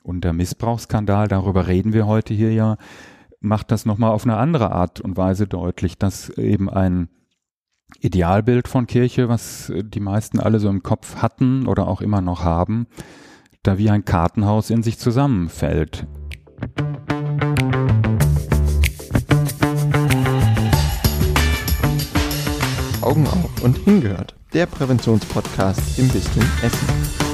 Und der Missbrauchsskandal, darüber reden wir heute hier ja, macht das nochmal auf eine andere Art und Weise deutlich, dass eben ein Idealbild von Kirche, was die meisten alle so im Kopf hatten oder auch immer noch haben, da wie ein Kartenhaus in sich zusammenfällt. Augen auf und hingehört, der Präventionspodcast im Bistum Essen.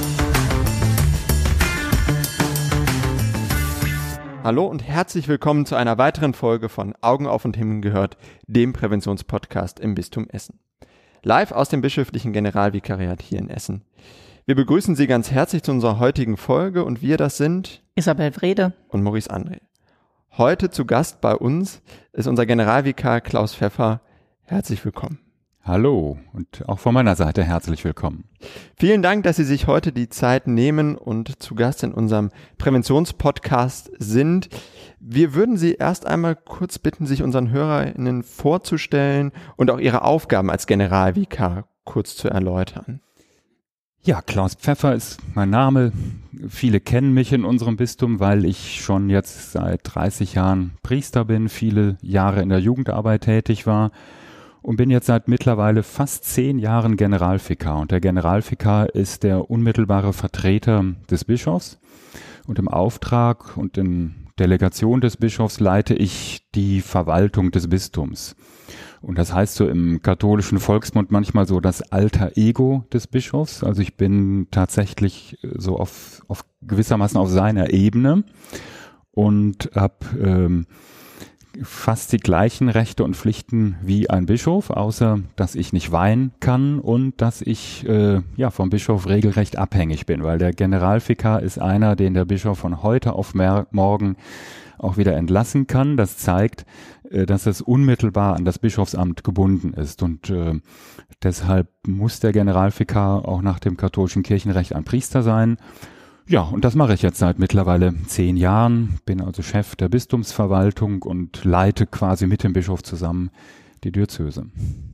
Hallo und herzlich willkommen zu einer weiteren Folge von Augen auf und hingehört, dem Präventionspodcast im Bistum Essen. Live aus dem bischöflichen Generalvikariat hier in Essen. Wir begrüßen Sie ganz herzlich zu unserer heutigen Folge und wir, das sind Isabel Wrede und Maurice André. Heute zu Gast bei uns ist unser Generalvikar Klaus Pfeffer. Herzlich willkommen. Hallo und auch von meiner Seite herzlich willkommen. Vielen Dank, dass Sie sich heute die Zeit nehmen und zu Gast in unserem Präventionspodcast sind. Wir würden Sie erst einmal kurz bitten, sich unseren HörerInnen vorzustellen und auch Ihre Aufgaben als Generalvikar kurz zu erläutern. Ja, Klaus Pfeffer ist mein Name. Viele kennen mich in unserem Bistum, weil ich schon jetzt seit 30 Jahren Priester bin, viele Jahre in der Jugendarbeit tätig war. Und bin jetzt seit mittlerweile fast 10 Jahren Generalvikar. Und der Generalvikar ist der unmittelbare Vertreter des Bischofs. Und im Auftrag und in Delegation des Bischofs leite ich die Verwaltung des Bistums. Und das heißt so im katholischen Volksmund manchmal so das alter Ego des Bischofs. Also ich bin tatsächlich so auf gewissermaßen auf seiner Ebene und habe fast die gleichen Rechte und Pflichten wie ein Bischof, außer dass ich nicht weihen kann und dass ich vom Bischof regelrecht abhängig bin, weil der Generalvikar ist einer, den der Bischof von heute auf morgen auch wieder entlassen kann. Das zeigt, dass es unmittelbar an das Bischofsamt gebunden ist und deshalb muss der Generalvikar auch nach dem katholischen Kirchenrecht ein Priester sein. Ja, und das mache ich jetzt seit mittlerweile 10 Jahren, bin also Chef der Bistumsverwaltung und leite quasi mit dem Bischof zusammen die Diözese.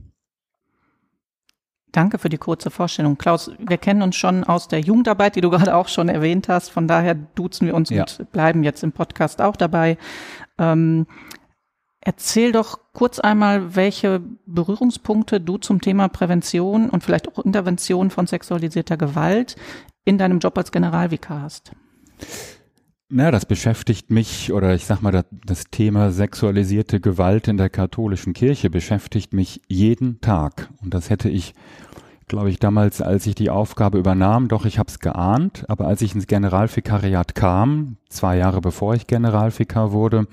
Danke für die kurze Vorstellung. Klaus, wir kennen uns schon aus der Jugendarbeit, die du gerade auch schon erwähnt hast. Von daher duzen wir uns und bleiben jetzt im Podcast auch dabei. Erzähl doch kurz einmal, welche Berührungspunkte du zum Thema Prävention und vielleicht auch Intervention von sexualisierter Gewalt in deinem Job als Generalvikar hast. Na, das beschäftigt mich, oder ich sag mal, das Thema sexualisierte Gewalt in der katholischen Kirche beschäftigt mich jeden Tag. Und das hätte ich, glaube ich, damals, als ich die Aufgabe übernahm, doch ich habe es geahnt, aber als ich ins Generalvikariat kam, 2 Jahre bevor ich Generalvikar wurde,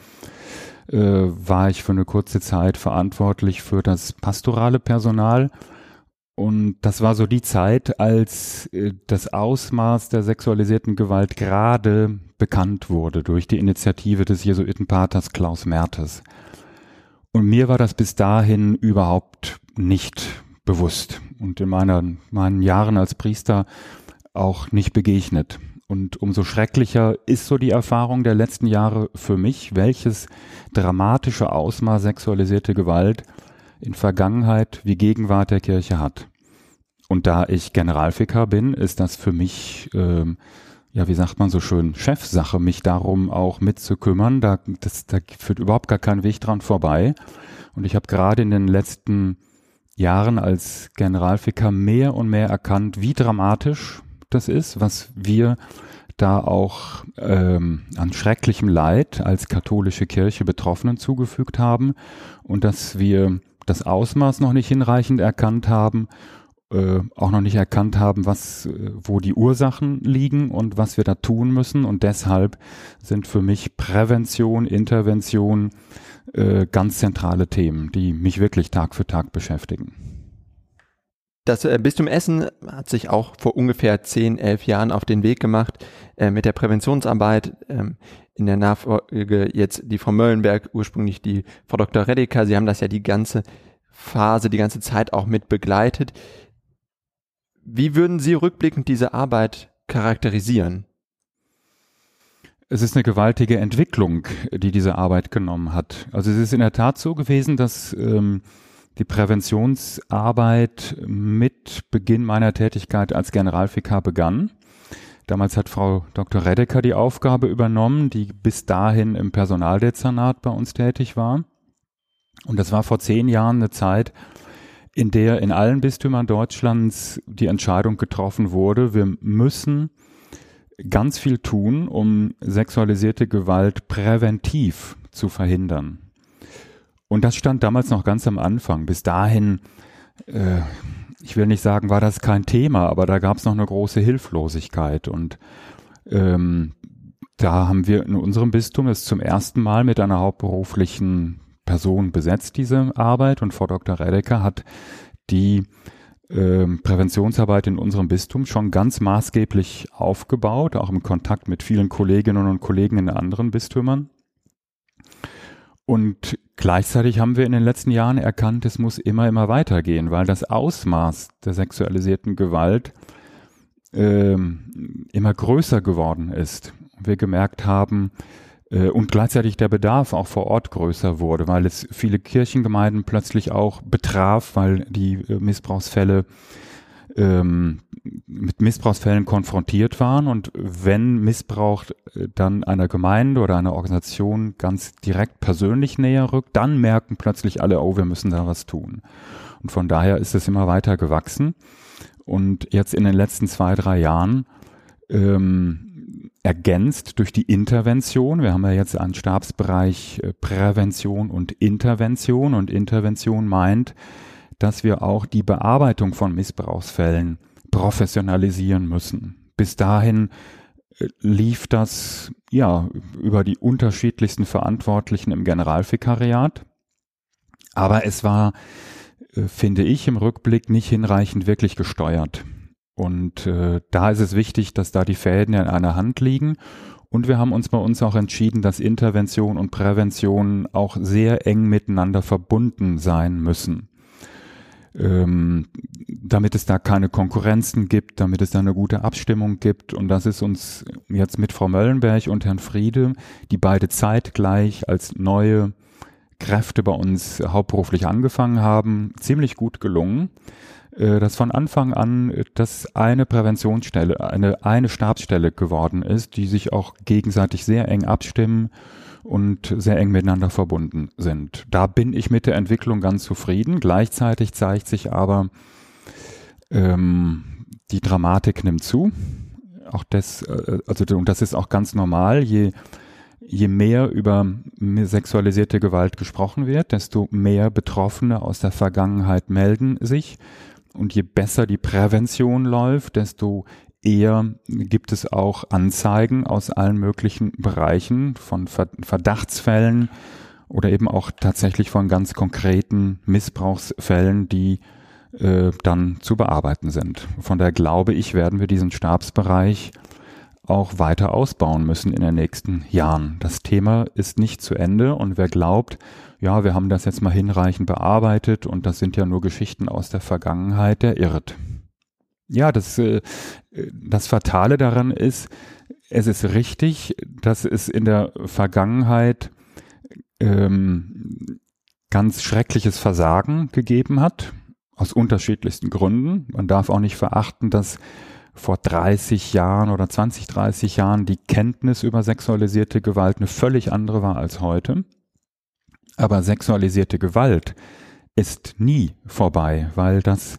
war ich für eine kurze Zeit verantwortlich für das pastorale Personal. Und das war so die Zeit, als das Ausmaß der sexualisierten Gewalt gerade bekannt wurde durch die Initiative des Jesuitenpaters Klaus Mertes. Und mir war das bis dahin überhaupt nicht bewusst und in meinen Jahren als Priester auch nicht begegnet. Und umso schrecklicher ist so die Erfahrung der letzten Jahre für mich, welches dramatische Ausmaß sexualisierte Gewalt in Vergangenheit wie Gegenwart der Kirche hat. Und da ich Generalvikar bin, ist das für mich, wie sagt man so schön, Chefsache, mich darum auch mitzukümmern. Da führt überhaupt gar kein Weg dran vorbei. Und ich habe gerade in den letzten Jahren als Generalvikar mehr und mehr erkannt, wie dramatisch das ist, was wir da auch an schrecklichem Leid als katholische Kirche Betroffenen zugefügt haben und dass wir das Ausmaß noch nicht hinreichend erkannt haben, auch noch nicht erkannt haben, wo die Ursachen liegen und was wir da tun müssen. Und deshalb sind für mich Prävention, Intervention ganz zentrale Themen, die mich wirklich Tag für Tag beschäftigen. Das Bistum Essen hat sich auch vor ungefähr 10, 11 Jahren auf den Weg gemacht mit der Präventionsarbeit. In der Nachfolge jetzt die Frau Möllenberg, ursprünglich die Frau Dr. Redeker. Sie haben das ja die ganze Phase, die ganze Zeit auch mit begleitet. Wie würden Sie rückblickend diese Arbeit charakterisieren? Es ist eine gewaltige Entwicklung, die diese Arbeit genommen hat. Also es ist in der Tat so gewesen, dass die Präventionsarbeit mit Beginn meiner Tätigkeit als Generalvikar begann. Damals hat Frau Dr. Redeker die Aufgabe übernommen, die bis dahin im Personaldezernat bei uns tätig war. Und das war vor 10 Jahren eine Zeit, in der in allen Bistümern Deutschlands die Entscheidung getroffen wurde, wir müssen ganz viel tun, um sexualisierte Gewalt präventiv zu verhindern. Und das stand damals noch ganz am Anfang. Bis dahin, ich will nicht sagen, war das kein Thema, aber da gab es noch eine große Hilflosigkeit. Und da haben wir in unserem Bistum es zum ersten Mal mit einer hauptberuflichen Person besetzt, diese Arbeit. Und Frau Dr. Redeker hat die Präventionsarbeit in unserem Bistum schon ganz maßgeblich aufgebaut, auch im Kontakt mit vielen Kolleginnen und Kollegen in anderen Bistümern. Und gleichzeitig haben wir in den letzten Jahren erkannt, es muss immer weitergehen, weil das Ausmaß der sexualisierten Gewalt immer größer geworden ist. Wir gemerkt haben, und gleichzeitig der Bedarf auch vor Ort größer wurde, weil es viele Kirchengemeinden plötzlich auch betraf, weil die Missbrauchsfälle mit Missbrauchsfällen konfrontiert waren. Und wenn Missbrauch dann einer Gemeinde oder einer Organisation ganz direkt persönlich näher rückt, dann merken plötzlich alle, oh, wir müssen da was tun. Und von daher ist es immer weiter gewachsen. Und jetzt in den letzten 2-3 Jahren ergänzt durch die Intervention. Wir haben ja jetzt einen Stabsbereich Prävention und Intervention. Und Intervention meint, dass wir auch die Bearbeitung von Missbrauchsfällen professionalisieren müssen. Bis dahin lief das ja über die unterschiedlichsten Verantwortlichen im Generalvikariat. Aber es war, finde ich, im Rückblick nicht hinreichend wirklich gesteuert. Und da ist es wichtig, dass da die Fäden in einer Hand liegen. Und wir haben uns bei uns auch entschieden, dass Intervention und Prävention auch sehr eng miteinander verbunden sein müssen. Damit es da keine Konkurrenzen gibt, damit es da eine gute Abstimmung gibt. Und das ist uns jetzt mit Frau Möllenberg und Herrn Friede, die beide zeitgleich als neue Kräfte bei uns hauptberuflich angefangen haben, ziemlich gut gelungen. Dass von Anfang an das eine Präventionsstelle, eine Stabsstelle geworden ist, die sich auch gegenseitig sehr eng abstimmen und sehr eng miteinander verbunden sind. Da bin ich mit der Entwicklung ganz zufrieden. Gleichzeitig zeigt sich aber, die Dramatik nimmt zu. Auch das, und das ist auch ganz normal. Je mehr über sexualisierte Gewalt gesprochen wird, desto mehr Betroffene aus der Vergangenheit melden sich. Und je besser die Prävention läuft, desto eher gibt es auch Anzeigen aus allen möglichen Bereichen von Verdachtsfällen oder eben auch tatsächlich von ganz konkreten Missbrauchsfällen, die dann zu bearbeiten sind. Von daher glaube ich, werden wir diesen Stabsbereich auch weiter ausbauen müssen in den nächsten Jahren. Das Thema ist nicht zu Ende und wer glaubt, ja, wir haben das jetzt mal hinreichend bearbeitet und das sind ja nur Geschichten aus der Vergangenheit, der irrt. Ja, das Fatale daran ist, es ist richtig, dass es in der Vergangenheit ganz schreckliches Versagen gegeben hat, aus unterschiedlichsten Gründen. Man darf auch nicht verachten, dass vor 30 Jahren oder 20, 30 Jahren die Kenntnis über sexualisierte Gewalt eine völlig andere war als heute. Aber sexualisierte Gewalt ist nie vorbei, weil das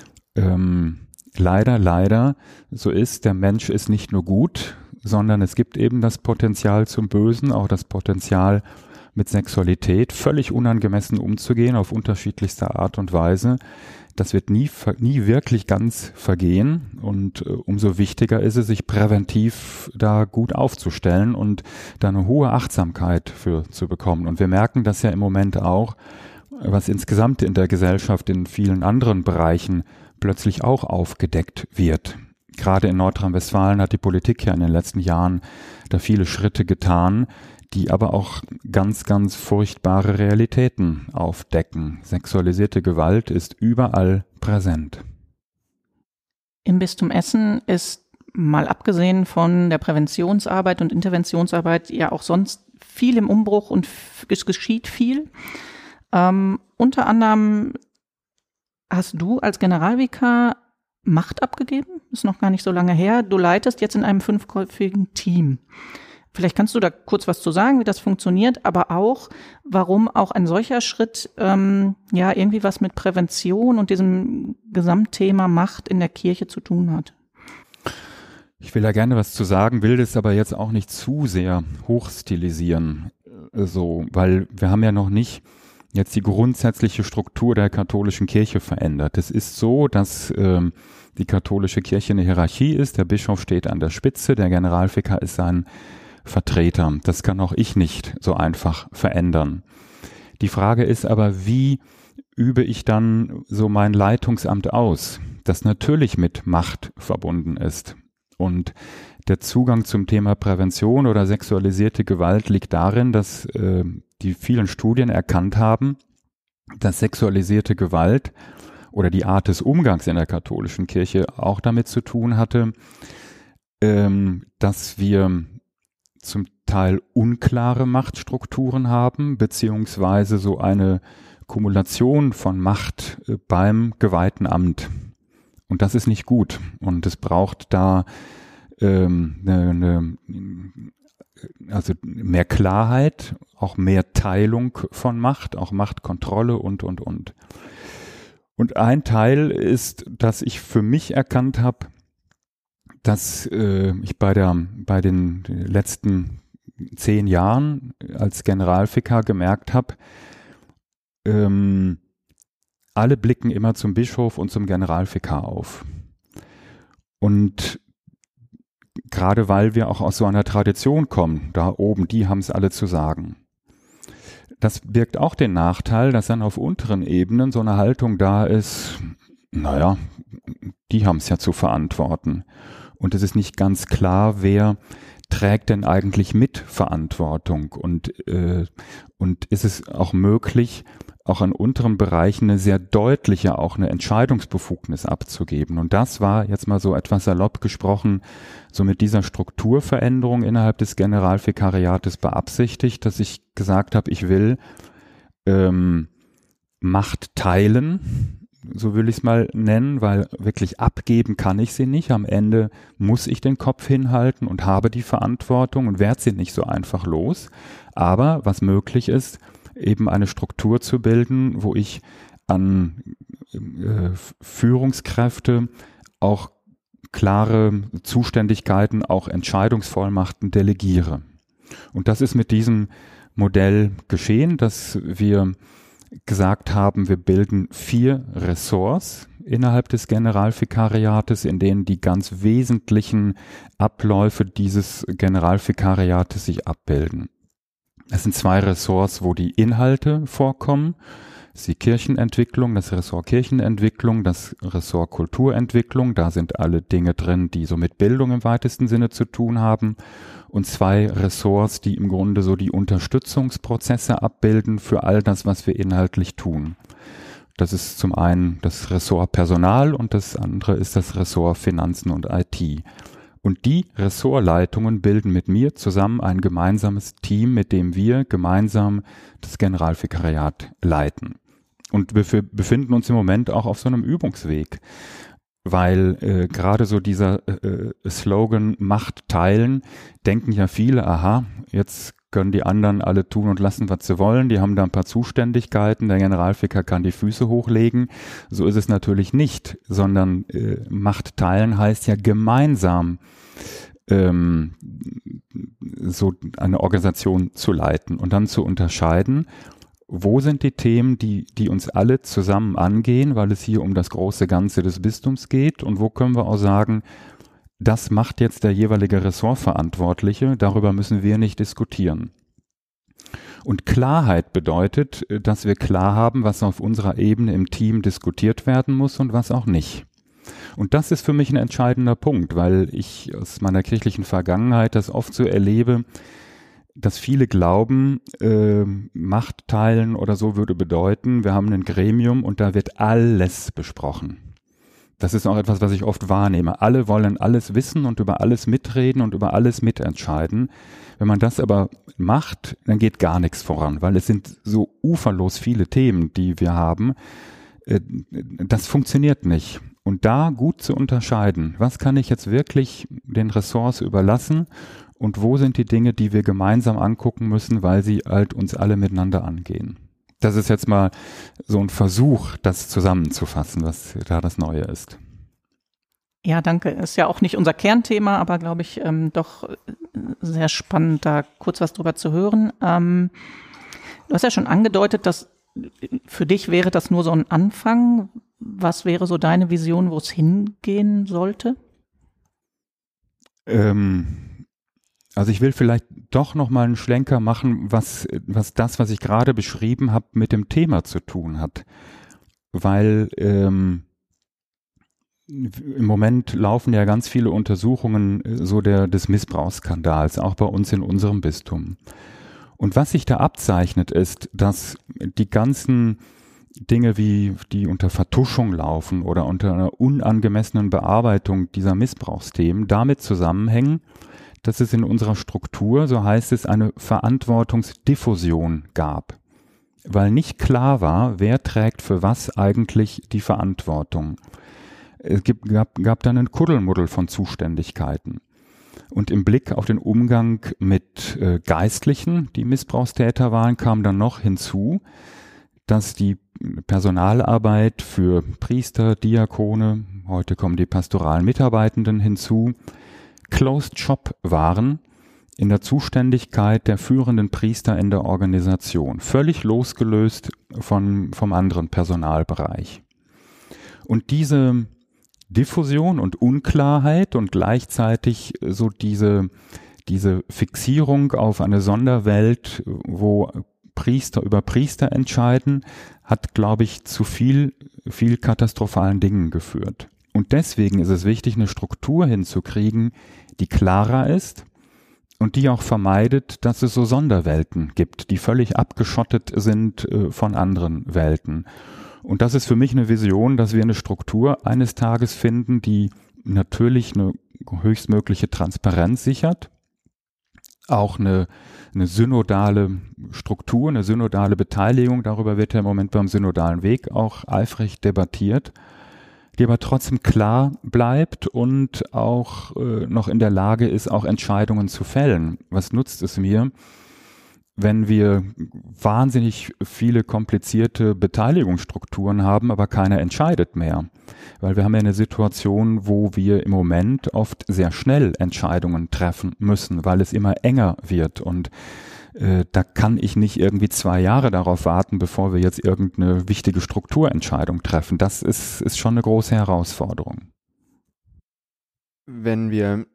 leider so ist. Der Mensch ist nicht nur gut, sondern es gibt eben das Potenzial zum Bösen, auch das Potenzial mit Sexualität völlig unangemessen umzugehen auf unterschiedlichste Art und Weise. Das wird nie wirklich ganz vergehen und umso wichtiger ist es, sich präventiv da gut aufzustellen und da eine hohe Achtsamkeit für zu bekommen. Und wir merken das ja im Moment auch, was insgesamt in der Gesellschaft in vielen anderen Bereichen plötzlich auch aufgedeckt wird. Gerade in Nordrhein-Westfalen hat die Politik ja in den letzten Jahren da viele Schritte getan, die aber auch ganz, ganz furchtbare Realitäten aufdecken. Sexualisierte Gewalt ist überall präsent. Im Bistum Essen ist, mal abgesehen von der Präventionsarbeit und Interventionsarbeit, ja auch sonst viel im Umbruch und es geschieht viel. Unter anderem hast du als Generalvikar Macht abgegeben, ist noch gar nicht so lange her. Du leitest jetzt in einem 5-köpfigen Team. Vielleicht kannst du da kurz was zu sagen, wie das funktioniert, aber auch, warum auch ein solcher Schritt irgendwie was mit Prävention und diesem Gesamtthema Macht in der Kirche zu tun hat. Ich will da gerne was zu sagen, will das aber jetzt auch nicht zu sehr hochstilisieren, weil wir haben ja noch nicht jetzt die grundsätzliche Struktur der katholischen Kirche verändert. Es ist so, dass die katholische Kirche eine Hierarchie ist, der Bischof steht an der Spitze, der Generalvikar ist sein Vertreter. Das kann auch ich nicht so einfach verändern. Die Frage ist aber, wie übe ich dann so mein Leitungsamt aus, das natürlich mit Macht verbunden ist. Und der Zugang zum Thema Prävention oder sexualisierte Gewalt liegt darin, dass die vielen Studien erkannt haben, dass sexualisierte Gewalt oder die Art des Umgangs in der katholischen Kirche auch damit zu tun hatte, dass wir zum Teil unklare Machtstrukturen haben, beziehungsweise so eine Kumulation von Macht beim geweihten Amt. Und das ist nicht gut. Und es braucht da also mehr Klarheit, auch mehr Teilung von Macht, auch Machtkontrolle und. Und ein Teil ist, dass ich für mich erkannt habe, dass ich bei den letzten 10 Jahren als Generalvikar gemerkt habe, alle blicken immer zum Bischof und zum Generalvikar auf. Und gerade weil wir auch aus so einer Tradition kommen, da oben, die haben es alle zu sagen. Das birgt auch den Nachteil, dass dann auf unteren Ebenen so eine Haltung da ist, naja, die haben es ja zu verantworten. Und es ist nicht ganz klar, wer trägt denn eigentlich mit Verantwortung und ist es auch möglich, auch an unteren Bereichen eine sehr deutliche, auch eine Entscheidungsbefugnis abzugeben. Und das war jetzt mal so etwas salopp gesprochen, so mit dieser Strukturveränderung innerhalb des Generalvikariates beabsichtigt, dass ich gesagt habe, ich will Macht teilen, so will ich es mal nennen, weil wirklich abgeben kann ich sie nicht. Am Ende muss ich den Kopf hinhalten und habe die Verantwortung und werde sie nicht so einfach los. Aber was möglich ist, eben eine Struktur zu bilden, wo ich an Führungskräfte auch klare Zuständigkeiten, auch Entscheidungsvollmachten delegiere. Und das ist mit diesem Modell geschehen, dass wir gesagt haben, wir bilden 4 Ressorts innerhalb des Generalvikariates, in denen die ganz wesentlichen Abläufe dieses Generalvikariates sich abbilden. Es sind 2 Ressorts, wo die Inhalte vorkommen. Das ist die Kirchenentwicklung, das Ressort Kirchenentwicklung, das Ressort Kulturentwicklung. Da sind alle Dinge drin, die so mit Bildung im weitesten Sinne zu tun haben. Und 2 Ressorts, die im Grunde so die Unterstützungsprozesse abbilden für all das, was wir inhaltlich tun. Das ist zum einen das Ressort Personal und das andere ist das Ressort Finanzen und IT. Und die Ressortleitungen bilden mit mir zusammen ein gemeinsames Team, mit dem wir gemeinsam das Generalvikariat leiten. Und wir befinden uns im Moment auch auf so einem Übungsweg, weil gerade so dieser Slogan Macht teilen, denken ja viele, aha, jetzt können die anderen alle tun und lassen, was sie wollen. Die haben da ein paar Zuständigkeiten. Der Generalvikar kann die Füße hochlegen. So ist es natürlich nicht, sondern Macht teilen heißt ja gemeinsam so eine Organisation zu leiten und dann zu unterscheiden, wo sind die Themen, die uns alle zusammen angehen, weil es hier um das große Ganze des Bistums geht, und wo können wir auch sagen, das macht jetzt der jeweilige Ressortverantwortliche, darüber müssen wir nicht diskutieren. Und Klarheit bedeutet, dass wir klar haben, was auf unserer Ebene im Team diskutiert werden muss und was auch nicht. Und das ist für mich ein entscheidender Punkt, weil ich aus meiner kirchlichen Vergangenheit das oft so erlebe, dass viele glauben, Macht teilen oder so würde bedeuten, wir haben ein Gremium und da wird alles besprochen. Das ist auch etwas, was ich oft wahrnehme. Alle wollen alles wissen und über alles mitreden und über alles mitentscheiden. Wenn man das aber macht, dann geht gar nichts voran, weil es sind so uferlos viele Themen, die wir haben. Das funktioniert nicht. Und da gut zu unterscheiden, was kann ich jetzt wirklich den Ressorts überlassen und wo sind die Dinge, die wir gemeinsam angucken müssen, weil sie halt uns alle miteinander angehen. Das ist jetzt mal so ein Versuch, das zusammenzufassen, was da das Neue ist. Ja, danke. Ist ja auch nicht unser Kernthema, aber glaube ich doch sehr spannend, da kurz was drüber zu hören. Du hast ja schon angedeutet, dass für dich wäre das nur so ein Anfang. Was wäre so deine Vision, wo es hingehen sollte? Also ich will vielleicht doch noch mal einen Schlenker machen, was ich gerade beschrieben habe, mit dem Thema zu tun hat. Weil im Moment laufen ja ganz viele Untersuchungen so des Missbrauchsskandals, auch bei uns in unserem Bistum. Und was sich da abzeichnet, ist, dass die ganzen Dinge, die unter Vertuschung laufen oder unter einer unangemessenen Bearbeitung dieser Missbrauchsthemen damit zusammenhängen, dass es in unserer Struktur, so heißt es, eine Verantwortungsdiffusion gab. Weil nicht klar war, wer trägt für was eigentlich die Verantwortung. Es gab dann einen Kuddelmuddel von Zuständigkeiten. Und im Blick auf den Umgang mit Geistlichen, die Missbrauchstäter waren, kam dann noch hinzu, dass die Personalarbeit für Priester, Diakone, heute kommen die pastoralen Mitarbeitenden hinzu, Closed Shop waren in der Zuständigkeit der führenden Priester in der Organisation, völlig losgelöst vom anderen Personalbereich. Und diese Diffusion und Unklarheit und gleichzeitig so diese Fixierung auf eine Sonderwelt, wo Priester über Priester entscheiden, hat, glaube ich, zu viel katastrophalen Dingen geführt. Und deswegen ist es wichtig, eine Struktur hinzukriegen, die klarer ist und die auch vermeidet, dass es so Sonderwelten gibt, die völlig abgeschottet sind von anderen Welten. Und das ist für mich eine Vision, dass wir eine Struktur eines Tages finden, die natürlich eine höchstmögliche Transparenz sichert, auch eine synodale Struktur, eine synodale Beteiligung, darüber wird ja im Moment beim synodalen Weg auch eifrig debattiert, die aber trotzdem klar bleibt und auch noch in der Lage ist, auch Entscheidungen zu fällen. Was nutzt es mir, wenn wir wahnsinnig viele komplizierte Beteiligungsstrukturen haben, aber keiner entscheidet mehr? Weil wir haben ja eine Situation, wo wir im Moment oft sehr schnell Entscheidungen treffen müssen, weil es immer enger wird und da kann ich nicht irgendwie 2 Jahre darauf warten, bevor wir jetzt irgendeine wichtige Strukturentscheidung treffen. Das ist schon eine große Herausforderung. Wenn wir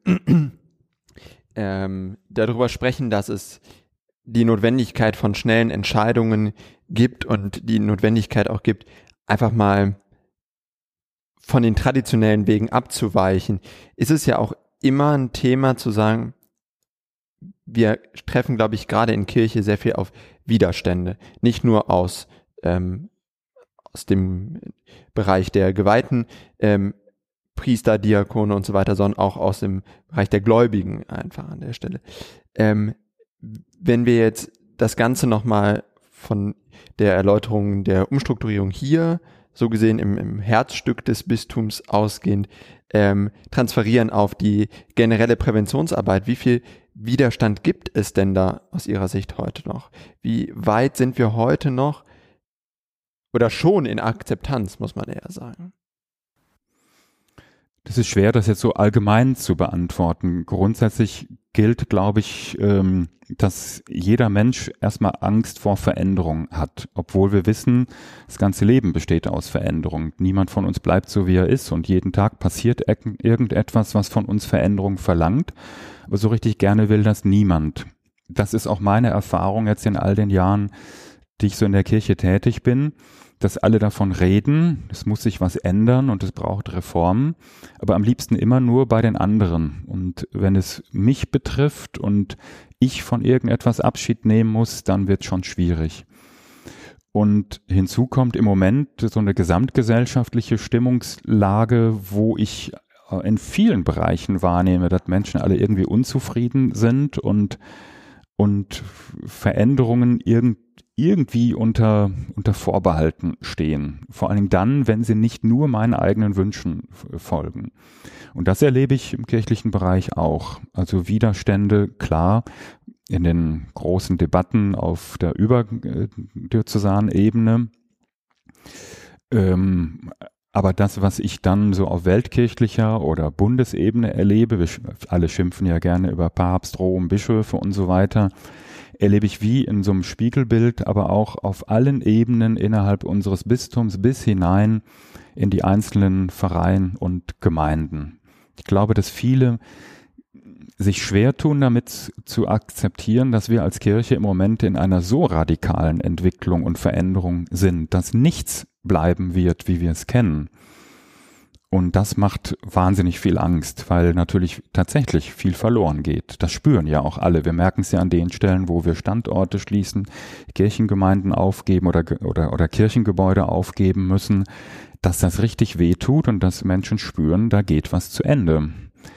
darüber sprechen, dass es die Notwendigkeit von schnellen Entscheidungen gibt und die Notwendigkeit auch gibt, einfach mal von den traditionellen Wegen abzuweichen, ist es ja auch immer ein Thema zu sagen, wir treffen, glaube ich, gerade in Kirche sehr viel auf Widerstände. Nicht nur aus dem Bereich der Geweihten, Priester, Diakone und so weiter, sondern auch aus dem Bereich der Gläubigen einfach an der Stelle. Wenn wir jetzt das Ganze nochmal von der Erläuterung der Umstrukturierung hier, so gesehen im Herzstück des Bistums ausgehend, transferieren auf die generelle Präventionsarbeit, wie viel Widerstand gibt es denn da aus Ihrer Sicht heute noch? Wie weit sind wir heute noch oder schon in Akzeptanz, muss man eher sagen? Das ist schwer, das jetzt so allgemein zu beantworten. Grundsätzlich gilt, glaube ich, dass jeder Mensch erstmal Angst vor Veränderung hat, obwohl wir wissen, das ganze Leben besteht aus Veränderung. Niemand von uns bleibt so, wie er ist und jeden Tag passiert irgendetwas, was von uns Veränderung verlangt, aber so richtig gerne will das niemand. Das ist auch meine Erfahrung jetzt in all den Jahren, die ich so in der Kirche tätig bin, dass alle davon reden, es muss sich was ändern und es braucht Reformen, aber am liebsten immer nur bei den anderen. Und wenn es mich betrifft und ich von irgendetwas Abschied nehmen muss, dann wird es schon schwierig. Und hinzu kommt im Moment so eine gesamtgesellschaftliche Stimmungslage, wo ich in vielen Bereichen wahrnehme, dass Menschen alle irgendwie unzufrieden sind und Veränderungen irgendwie unter Vorbehalten stehen. Vor allem dann, wenn sie nicht nur meinen eigenen Wünschen folgen. Und das erlebe ich im kirchlichen Bereich auch. Also Widerstände, klar, in den großen Debatten auf der überdiözesanen Ebene. Aber das, was ich dann so auf weltkirchlicher oder Bundesebene erlebe, wir alle schimpfen ja gerne über Papst, Rom, Bischöfe und so weiter, erlebe ich wie in so einem Spiegelbild, aber auch auf allen Ebenen innerhalb unseres Bistums bis hinein in die einzelnen Pfarreien und Gemeinden. Ich glaube, dass viele sich schwer tun, damit zu akzeptieren, dass wir als Kirche im Moment in einer so radikalen Entwicklung und Veränderung sind, dass nichts bleiben wird, wie wir es kennen. Und das macht wahnsinnig viel Angst, weil natürlich tatsächlich viel verloren geht. Das spüren ja auch alle. Wir merken es ja an den Stellen, wo wir Standorte schließen, Kirchengemeinden aufgeben oder Kirchengebäude aufgeben müssen, dass das richtig wehtut und dass Menschen spüren, da geht was zu Ende.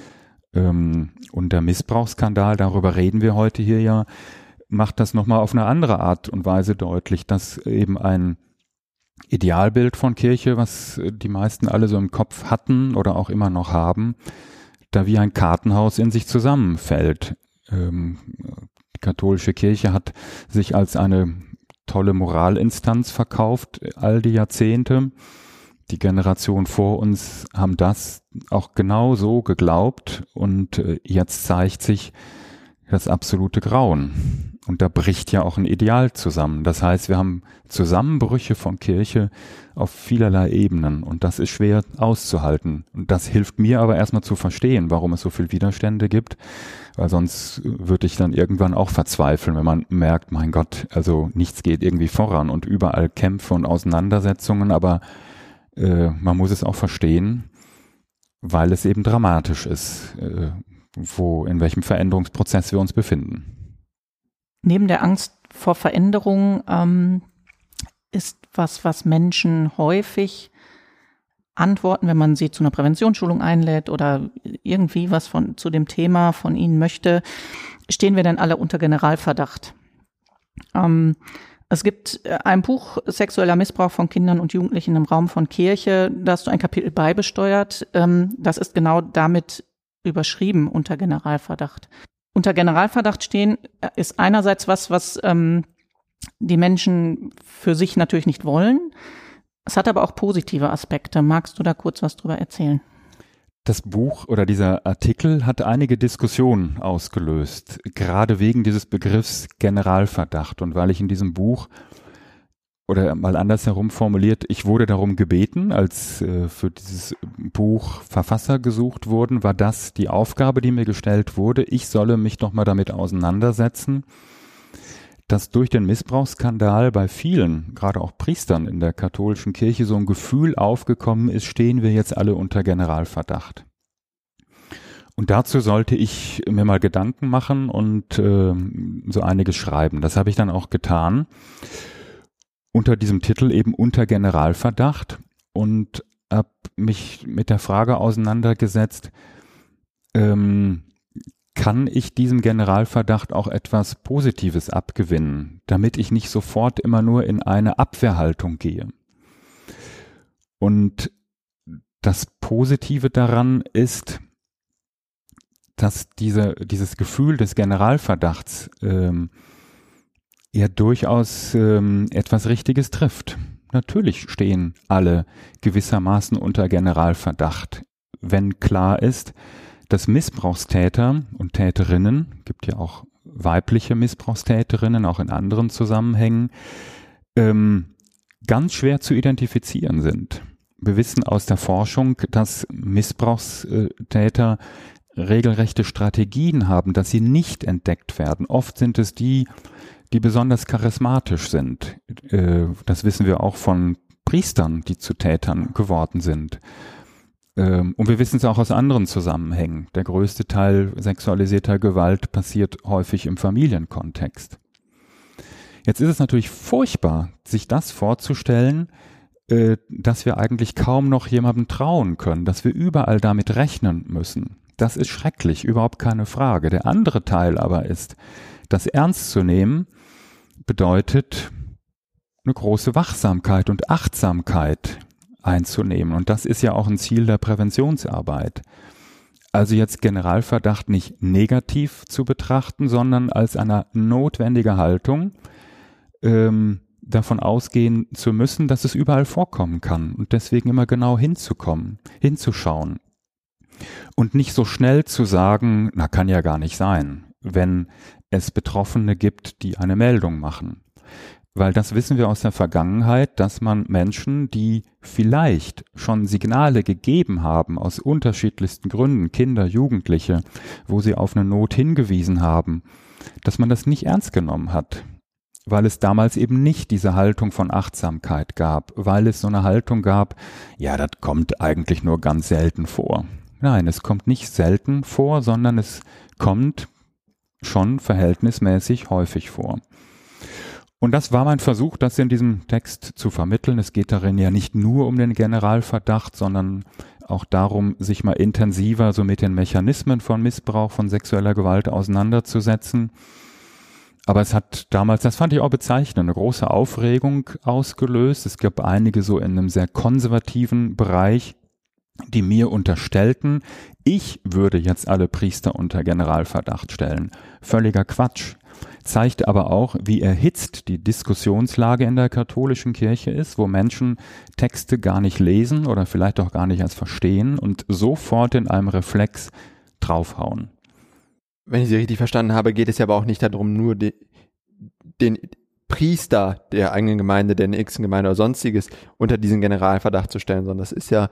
Und der Missbrauchsskandal, darüber reden wir heute hier ja, macht das nochmal auf eine andere Art und Weise deutlich, dass eben ein Idealbild von Kirche, was die meisten alle so im Kopf hatten oder auch immer noch haben, da wie ein Kartenhaus in sich zusammenfällt. Die katholische Kirche hat sich als eine tolle Moralinstanz verkauft, all die Jahrzehnte. Die Generation vor uns haben das auch genau so geglaubt und jetzt zeigt sich das absolute Grauen. Und da bricht ja auch ein Ideal zusammen. Das heißt, wir haben Zusammenbrüche von Kirche auf vielerlei Ebenen und das ist schwer auszuhalten. Und das hilft mir aber erstmal zu verstehen, warum es so viel Widerstände gibt, weil sonst würde ich dann irgendwann auch verzweifeln, wenn man merkt, mein Gott, also nichts geht irgendwie voran und überall Kämpfe und Auseinandersetzungen, aber man muss es auch verstehen, weil es eben dramatisch ist, in welchem Veränderungsprozess wir uns befinden. Neben der Angst vor Veränderung ist was Menschen häufig antworten, wenn man sie zu einer Präventionsschulung einlädt oder irgendwie was zu dem Thema von ihnen möchte, stehen wir denn alle unter Generalverdacht. Es gibt ein Buch, Sexueller Missbrauch von Kindern und Jugendlichen im Raum von Kirche, da hast du ein Kapitel beibesteuert. Das ist genau damit überschrieben, unter Generalverdacht. Unter Generalverdacht stehen ist einerseits was die Menschen für sich natürlich nicht wollen. Es hat aber auch positive Aspekte. Magst du da kurz was drüber erzählen? Das Buch oder dieser Artikel hat einige Diskussionen ausgelöst, gerade wegen dieses Begriffs Generalverdacht. Und weil ich in diesem Buch, oder mal andersherum formuliert, ich wurde darum gebeten, als für dieses Buch Verfasser gesucht wurden, war das die Aufgabe, die mir gestellt wurde. Ich solle mich doch mal damit auseinandersetzen, dass durch den Missbrauchsskandal bei vielen, gerade auch Priestern in der katholischen Kirche, so ein Gefühl aufgekommen ist, stehen wir jetzt alle unter Generalverdacht. Und dazu sollte ich mir mal Gedanken machen und so einiges schreiben. Das habe ich dann auch getan, unter diesem Titel eben unter Generalverdacht, und habe mich mit der Frage auseinandergesetzt, kann ich diesem Generalverdacht auch etwas Positives abgewinnen, damit ich nicht sofort immer nur in eine Abwehrhaltung gehe. Und das Positive daran ist, dass dieses Gefühl des Generalverdachts ja durchaus etwas Richtiges trifft. Natürlich stehen alle gewissermaßen unter Generalverdacht, wenn klar ist, dass Missbrauchstäter und Täterinnen, gibt ja auch weibliche Missbrauchstäterinnen, auch in anderen Zusammenhängen, ganz schwer zu identifizieren sind. Wir wissen aus der Forschung, dass Missbrauchstäter regelrechte Strategien haben, dass sie nicht entdeckt werden. Oft sind es die besonders charismatisch sind. Das wissen wir auch von Priestern, die zu Tätern geworden sind. Und wir wissen es auch aus anderen Zusammenhängen. Der größte Teil sexualisierter Gewalt passiert häufig im Familienkontext. Jetzt ist es natürlich furchtbar, sich das vorzustellen, dass wir eigentlich kaum noch jemandem trauen können, dass wir überall damit rechnen müssen. Das ist schrecklich, überhaupt keine Frage. Der andere Teil aber ist, das ernst zu nehmen, bedeutet, eine große Wachsamkeit und Achtsamkeit einzunehmen. Und das ist ja auch ein Ziel der Präventionsarbeit. Also jetzt Generalverdacht nicht negativ zu betrachten, sondern als eine notwendige Haltung, davon ausgehen zu müssen, dass es überall vorkommen kann und deswegen immer genau hinzuschauen und nicht so schnell zu sagen, na, kann ja gar nicht sein, wenn es Betroffene gibt, die eine Meldung machen. Weil das wissen wir aus der Vergangenheit, dass man Menschen, die vielleicht schon Signale gegeben haben, aus unterschiedlichsten Gründen, Kinder, Jugendliche, wo sie auf eine Not hingewiesen haben, dass man das nicht ernst genommen hat. Weil es damals eben nicht diese Haltung von Achtsamkeit gab, weil es so eine Haltung gab, ja, das kommt eigentlich nur ganz selten vor. Nein, es kommt nicht selten vor, sondern es kommt schon verhältnismäßig häufig vor. Und das war mein Versuch, das in diesem Text zu vermitteln. Es geht darin ja nicht nur um den Generalverdacht, sondern auch darum, sich mal intensiver so mit den Mechanismen von Missbrauch, von sexueller Gewalt auseinanderzusetzen. Aber es hat damals, das fand ich auch bezeichnend, eine große Aufregung ausgelöst. Es gab einige so in einem sehr konservativen Bereich, die mir unterstellten, ich würde jetzt alle Priester unter Generalverdacht stellen. Völliger Quatsch. Zeigt aber auch, wie erhitzt die Diskussionslage in der katholischen Kirche ist, wo Menschen Texte gar nicht lesen oder vielleicht auch gar nicht erst verstehen und sofort in einem Reflex draufhauen. Wenn ich Sie richtig verstanden habe, geht es ja aber auch nicht darum, nur den Priester der eigenen Gemeinde, der nächsten Gemeinde oder sonstiges unter diesen Generalverdacht zu stellen, sondern das ist ja,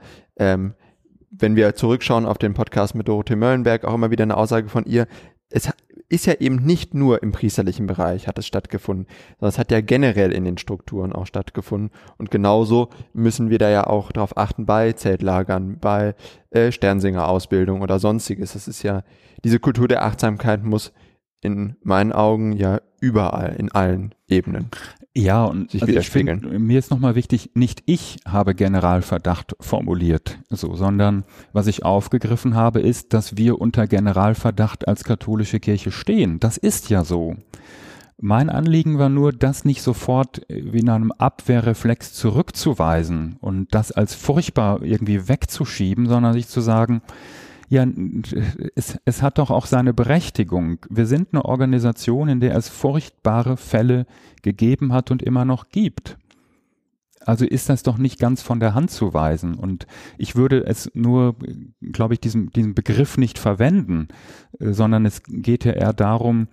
wenn wir zurückschauen auf den Podcast mit Dorothee Möllenberg, auch immer wieder eine Aussage von ihr, es ist ja eben nicht nur im priesterlichen Bereich hat es stattgefunden, sondern es hat ja generell in den Strukturen auch stattgefunden und genauso müssen wir da ja auch darauf achten bei Zeltlagern, bei Sternsingerausbildung oder sonstiges. Das ist ja, diese Kultur der Achtsamkeit muss in meinen Augen ja überall, in allen Ebenen. Ja, und sich also widerspiegeln. mir ist nochmal wichtig, nicht ich habe Generalverdacht formuliert, sondern was ich aufgegriffen habe, ist, dass wir unter Generalverdacht als katholische Kirche stehen. Das ist ja so. Mein Anliegen war nur, das nicht sofort wie in einem Abwehrreflex zurückzuweisen und das als furchtbar irgendwie wegzuschieben, sondern sich zu sagen, ja, es hat doch auch seine Berechtigung. Wir sind eine Organisation, in der es furchtbare Fälle gegeben hat und immer noch gibt. Also ist das doch nicht ganz von der Hand zu weisen. Und ich würde es nur, glaube ich, diesen Begriff nicht verwenden, sondern es geht ja eher darum,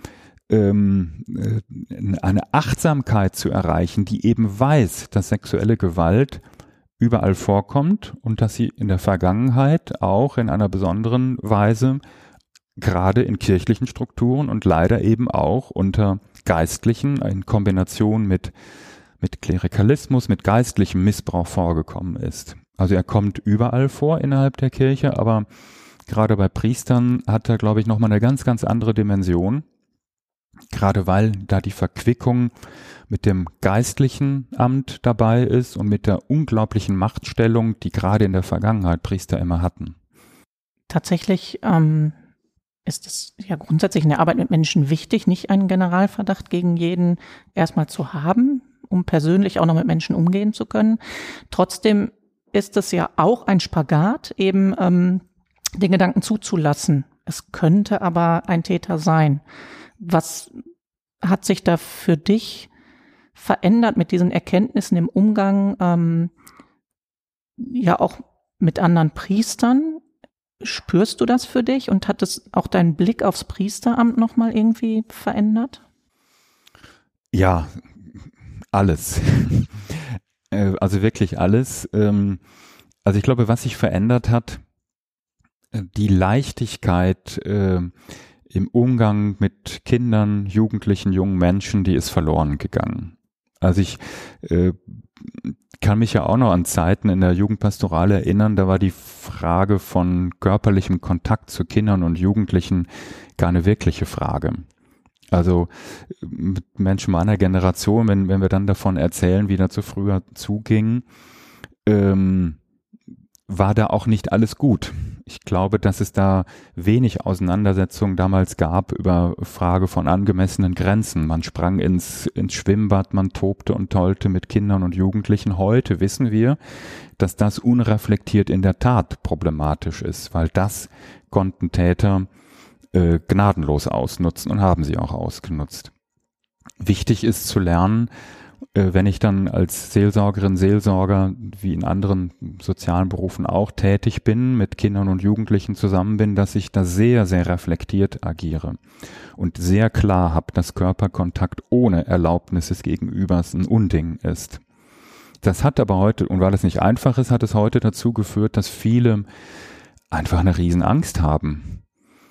eine Achtsamkeit zu erreichen, die eben weiß, dass sexuelle Gewalt überall vorkommt und dass sie in der Vergangenheit auch in einer besonderen Weise gerade in kirchlichen Strukturen und leider eben auch unter Geistlichen in Kombination mit Klerikalismus, mit geistlichem Missbrauch vorgekommen ist. Also er kommt überall vor innerhalb der Kirche, aber gerade bei Priestern hat er, glaube ich, nochmal eine ganz, ganz andere Dimension. Gerade weil da die Verquickung mit dem geistlichen Amt dabei ist und mit der unglaublichen Machtstellung, die gerade in der Vergangenheit Priester immer hatten. Tatsächlich ist es ja grundsätzlich in der Arbeit mit Menschen wichtig, nicht einen Generalverdacht gegen jeden erstmal zu haben, um persönlich auch noch mit Menschen umgehen zu können. Trotzdem ist es ja auch ein Spagat, eben den Gedanken zuzulassen. Es könnte aber ein Täter sein. Was hat sich da für dich verändert mit diesen Erkenntnissen im Umgang, ja auch mit anderen Priestern? Spürst du das für dich und hat es auch deinen Blick aufs Priesteramt nochmal irgendwie verändert? Ja, alles. Also wirklich alles. Also ich glaube, was sich verändert hat, die Leichtigkeit im Umgang mit Kindern, Jugendlichen, jungen Menschen, die ist verloren gegangen. Also ich kann mich ja auch noch an Zeiten in der Jugendpastoral erinnern, da war die Frage von körperlichem Kontakt zu Kindern und Jugendlichen gar eine wirkliche Frage. Also mit Menschen meiner Generation, wenn wir dann davon erzählen, wie das so früher zuging, war da auch nicht alles gut Ich glaube, dass es da wenig Auseinandersetzung damals gab über Frage von angemessenen Grenzen. Man sprang ins Schwimmbad, man tobte und tollte mit Kindern und Jugendlichen. Heute wissen wir, dass das unreflektiert in der Tat problematisch ist, weil das konnten Täter gnadenlos ausnutzen und haben sie auch ausgenutzt. Wichtig ist zu lernen, wenn ich dann als Seelsorgerin, Seelsorger, wie in anderen sozialen Berufen auch tätig bin, mit Kindern und Jugendlichen zusammen bin, dass ich da sehr, sehr reflektiert agiere und sehr klar habe, dass Körperkontakt ohne Erlaubnis des Gegenübers ein Unding ist. Das hat aber heute, und weil es nicht einfach ist, hat es heute dazu geführt, dass viele einfach eine Riesenangst haben.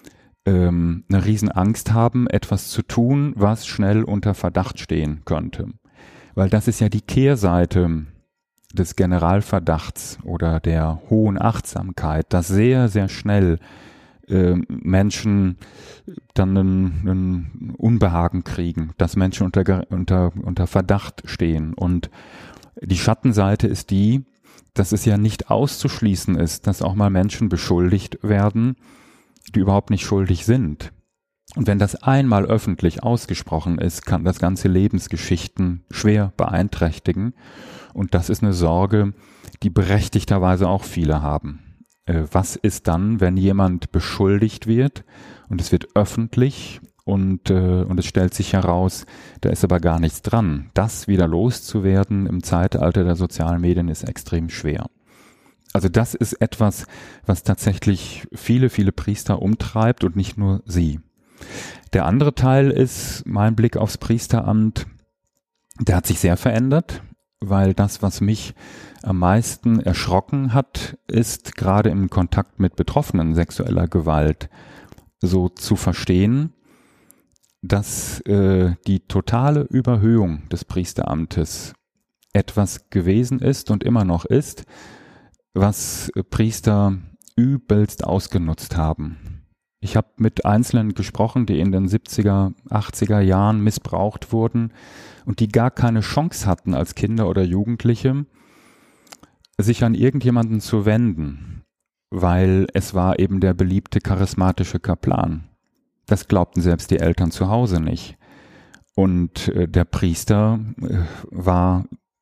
Etwas zu tun, was schnell unter Verdacht stehen könnte. Weil das ist ja die Kehrseite des Generalverdachts oder der hohen Achtsamkeit, dass sehr, sehr schnell Menschen dann einen Unbehagen kriegen, dass Menschen unter Verdacht stehen. Und die Schattenseite ist die, dass es ja nicht auszuschließen ist, dass auch mal Menschen beschuldigt werden, die überhaupt nicht schuldig sind. Und wenn das einmal öffentlich ausgesprochen ist, kann das ganze Lebensgeschichten schwer beeinträchtigen. Und das ist eine Sorge, die berechtigterweise auch viele haben. Was ist dann, wenn jemand beschuldigt wird und es wird öffentlich und es stellt sich heraus, da ist aber gar nichts dran. Das wieder loszuwerden im Zeitalter der sozialen Medien ist extrem schwer. Also das ist etwas, was tatsächlich viele, viele Priester umtreibt und nicht nur sie. Der andere Teil ist mein Blick aufs Priesteramt. Der hat sich sehr verändert, weil das, was mich am meisten erschrocken hat, ist gerade im Kontakt mit Betroffenen sexueller Gewalt so zu verstehen, dass die totale Überhöhung des Priesteramtes etwas gewesen ist und immer noch ist, was Priester übelst ausgenutzt haben. Ich habe mit Einzelnen gesprochen, die in den 70er, 80er Jahren missbraucht wurden und die gar keine Chance hatten, als Kinder oder Jugendliche sich an irgendjemanden zu wenden, weil es war eben der beliebte charismatische Kaplan. Das glaubten selbst die Eltern zu Hause nicht. Und der Priester war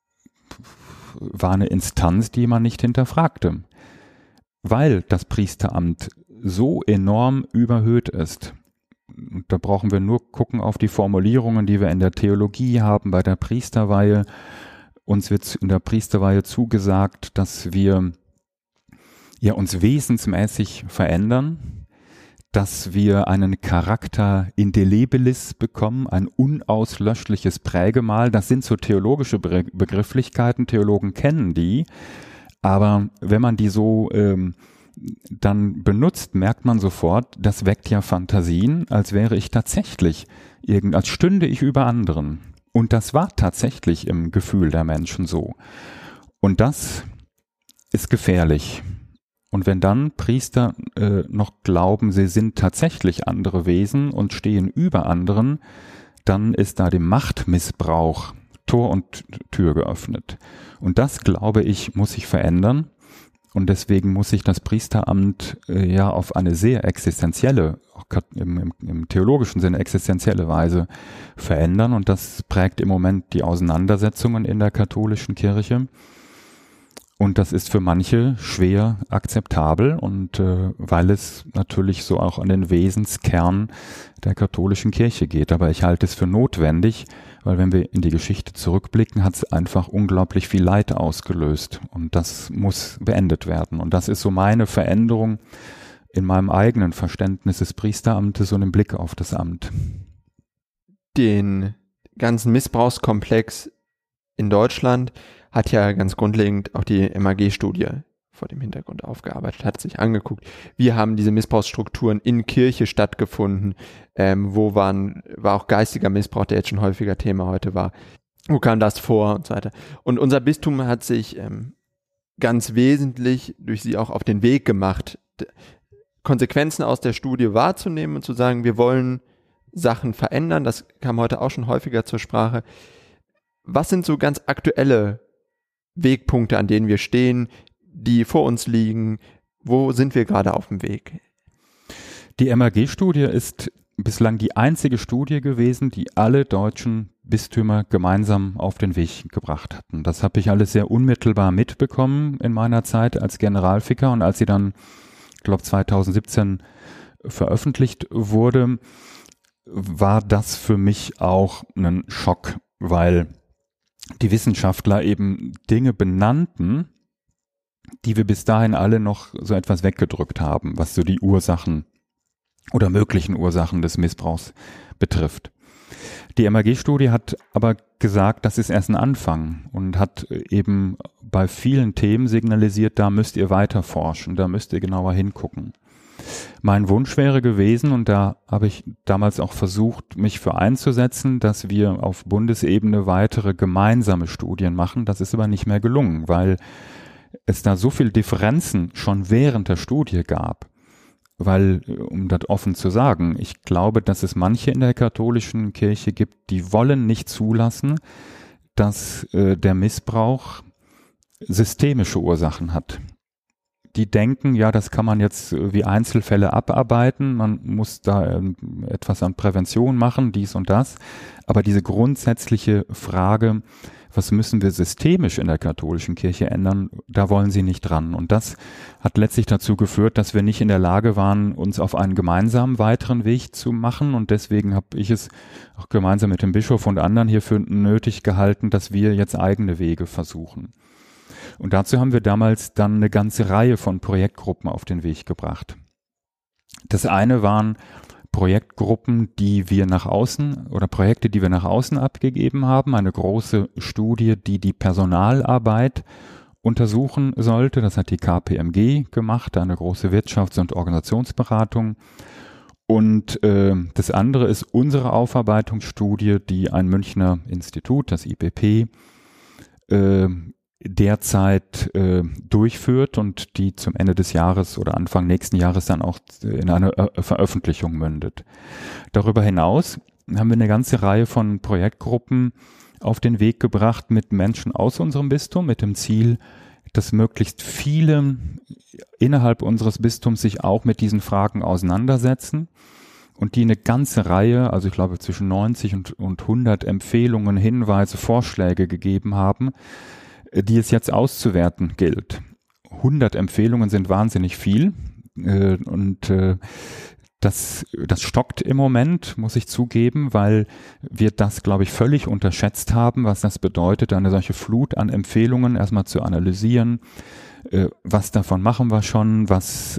eine Instanz, die man nicht hinterfragte, weil das Priesteramt so enorm überhöht ist. Und da brauchen wir nur gucken auf die Formulierungen, die wir in der Theologie haben, bei der Priesterweihe. Uns wird in der Priesterweihe zugesagt, dass wir ja uns wesensmäßig verändern, dass wir einen Charakter indelebilis bekommen, ein unauslöschliches Prägemal. Das sind so theologische Begrifflichkeiten, Theologen kennen die, aber wenn man die so dann benutzt, merkt man sofort, das weckt ja Fantasien, als wäre ich tatsächlich als stünde ich über anderen. Und das war tatsächlich im Gefühl der Menschen so. Und das ist gefährlich. Und wenn dann Priester noch glauben, sie sind tatsächlich andere Wesen und stehen über anderen, dann ist da dem Machtmissbrauch Tor und Tür geöffnet. Und das, glaube ich, muss sich verändern. Und deswegen muss sich das Priesteramt ja auf eine sehr existenzielle, im theologischen Sinne existenzielle Weise verändern. Und das prägt im Moment die Auseinandersetzungen in der katholischen Kirche. Und das ist für manche schwer akzeptabel und weil es natürlich so auch an den Wesenskern der katholischen Kirche geht. Aber ich halte es für notwendig, weil wenn wir in die Geschichte zurückblicken, hat es einfach unglaublich viel Leid ausgelöst und das muss beendet werden. Und das ist so meine Veränderung in meinem eigenen Verständnis des Priesteramtes und im Blick auf das Amt. Den ganzen Missbrauchskomplex in Deutschland hat ja ganz grundlegend auch die MAG-Studie vor dem Hintergrund aufgearbeitet, hat sich angeguckt, wie haben diese Missbrauchsstrukturen in Kirche stattgefunden, wo war auch geistiger Missbrauch, der jetzt schon häufiger Thema heute war, wo kam das vor und so weiter. Und unser Bistum hat sich ganz wesentlich durch sie auch auf den Weg gemacht, Konsequenzen aus der Studie wahrzunehmen und zu sagen, wir wollen Sachen verändern, das kam heute auch schon häufiger zur Sprache. Was sind so ganz aktuelle Wegpunkte, an denen wir stehen, die vor uns liegen, Wo sind wir gerade auf dem Weg? Die MAG-Studie ist bislang die einzige Studie gewesen, die alle deutschen Bistümer gemeinsam auf den Weg gebracht hatten. Das habe ich alles sehr unmittelbar mitbekommen in meiner Zeit als Generalvikar, und als sie dann, ich glaube 2017 veröffentlicht wurde, war das für mich auch ein Schock, weil die Wissenschaftler eben Dinge benannten, die wir bis dahin alle noch so etwas weggedrückt haben, was so die Ursachen oder möglichen Ursachen des Missbrauchs betrifft. Die MAG-Studie hat aber gesagt, das ist erst ein Anfang, und hat eben bei vielen Themen signalisiert, da müsst ihr weiter forschen, da müsst ihr genauer hingucken. Mein Wunsch wäre gewesen, und da habe ich damals auch versucht, mich für einzusetzen, dass wir auf Bundesebene weitere gemeinsame Studien machen. Das ist aber nicht mehr gelungen, weil es da so viel Differenzen schon während der Studie gab. Weil, um das offen zu sagen, ich glaube, dass es manche in der katholischen Kirche gibt, die wollen nicht zulassen, dass der Missbrauch systemische Ursachen hat. Die denken, ja, das kann man jetzt wie Einzelfälle abarbeiten, man muss da etwas an Prävention machen, dies und das. Aber diese grundsätzliche Frage, was müssen wir systemisch in der katholischen Kirche ändern, da wollen sie nicht dran. Und das hat letztlich dazu geführt, dass wir nicht in der Lage waren, uns auf einen gemeinsamen weiteren Weg zu machen. Und deswegen habe ich es auch gemeinsam mit dem Bischof und anderen hierfür nötig gehalten, dass wir jetzt eigene Wege versuchen. Und dazu haben wir damals dann eine ganze Reihe von Projektgruppen auf den Weg gebracht. Das eine waren Projektgruppen, die wir nach außen oder Projekte, die wir nach außen abgegeben haben. Eine große Studie, die die Personalarbeit untersuchen sollte. Das hat die KPMG gemacht, eine große Wirtschafts- und Organisationsberatung. Und das andere ist unsere Aufarbeitungsstudie, die ein Münchner Institut, das IPP, derzeit durchführt und die zum Ende des Jahres oder Anfang nächsten Jahres dann auch in eine Veröffentlichung mündet. Darüber hinaus haben wir eine ganze Reihe von Projektgruppen auf den Weg gebracht mit Menschen aus unserem Bistum, mit dem Ziel, dass möglichst viele innerhalb unseres Bistums sich auch mit diesen Fragen auseinandersetzen und die eine ganze Reihe, also ich glaube zwischen 90 und 100 Empfehlungen, Hinweise, Vorschläge gegeben haben, die es jetzt auszuwerten gilt. 100 Empfehlungen sind wahnsinnig viel, und das stockt im Moment, muss ich zugeben, weil wir das, glaube ich, völlig unterschätzt haben, was das bedeutet, eine solche Flut an Empfehlungen erstmal zu analysieren. Was davon machen wir schon, was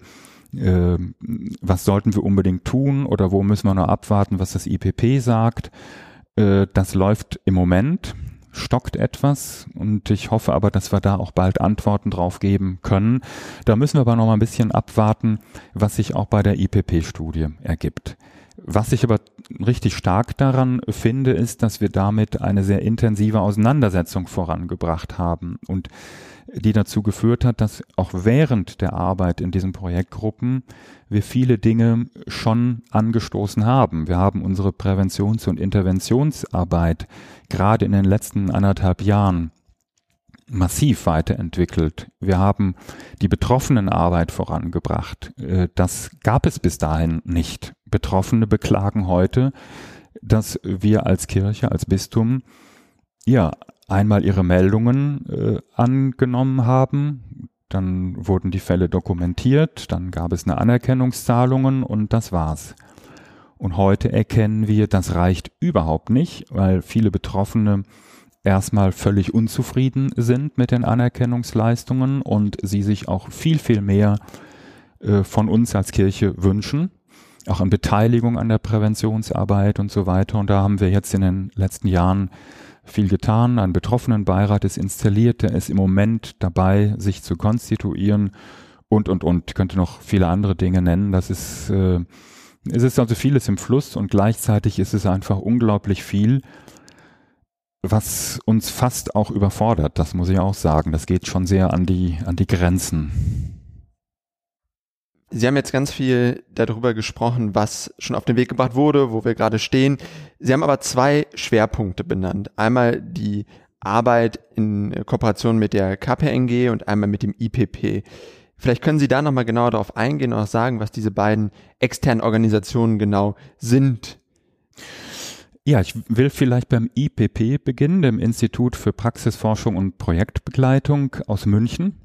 sollten wir unbedingt tun oder wo müssen wir noch abwarten, was das IPP sagt. Das läuft im Moment, stockt etwas, und ich hoffe aber, dass wir da auch bald Antworten drauf geben können. Da müssen wir aber noch mal ein bisschen abwarten, was sich auch bei der IPP-Studie ergibt. Was ich aber richtig stark daran finde, ist, dass wir damit eine sehr intensive Auseinandersetzung vorangebracht haben und die dazu geführt hat, dass auch während der Arbeit in diesen Projektgruppen wir viele Dinge schon angestoßen haben. Wir haben unsere Präventions- und Interventionsarbeit gerade in den letzten 1,5 Jahren massiv weiterentwickelt. Wir haben die Betroffenenarbeit vorangebracht. Das gab es bis dahin nicht. Betroffene beklagen heute, dass wir als Kirche, als Bistum, ja, einmal ihre Meldungen angenommen haben, dann wurden die Fälle dokumentiert, dann gab es eine Anerkennungszahlungen und das war's. Und heute erkennen wir, das reicht überhaupt nicht, weil viele Betroffene erstmal völlig unzufrieden sind mit den Anerkennungsleistungen und sie sich auch viel, viel mehr von uns als Kirche wünschen, auch an Beteiligung an der Präventionsarbeit und so weiter. Und da haben wir jetzt in den letzten Jahren viel getan. Ein Betroffenenbeirat ist installiert, der ist im Moment dabei, sich zu konstituieren und. Ich könnte noch viele andere Dinge nennen. Das ist, es ist also vieles im Fluss und gleichzeitig ist es einfach unglaublich viel, was uns fast auch überfordert. Das muss ich auch sagen. Das geht schon sehr an die Grenzen. Sie haben jetzt ganz viel darüber gesprochen, was schon auf den Weg gebracht wurde, wo wir gerade stehen. Sie haben aber 2 Schwerpunkte benannt. Einmal die Arbeit in Kooperation mit der KPMG und einmal mit dem IPP. Vielleicht können Sie da nochmal genauer darauf eingehen und auch sagen, was diese beiden externen Organisationen genau sind. Ja, ich will vielleicht beim IPP beginnen, dem Institut für Praxisforschung und Projektbegleitung aus München.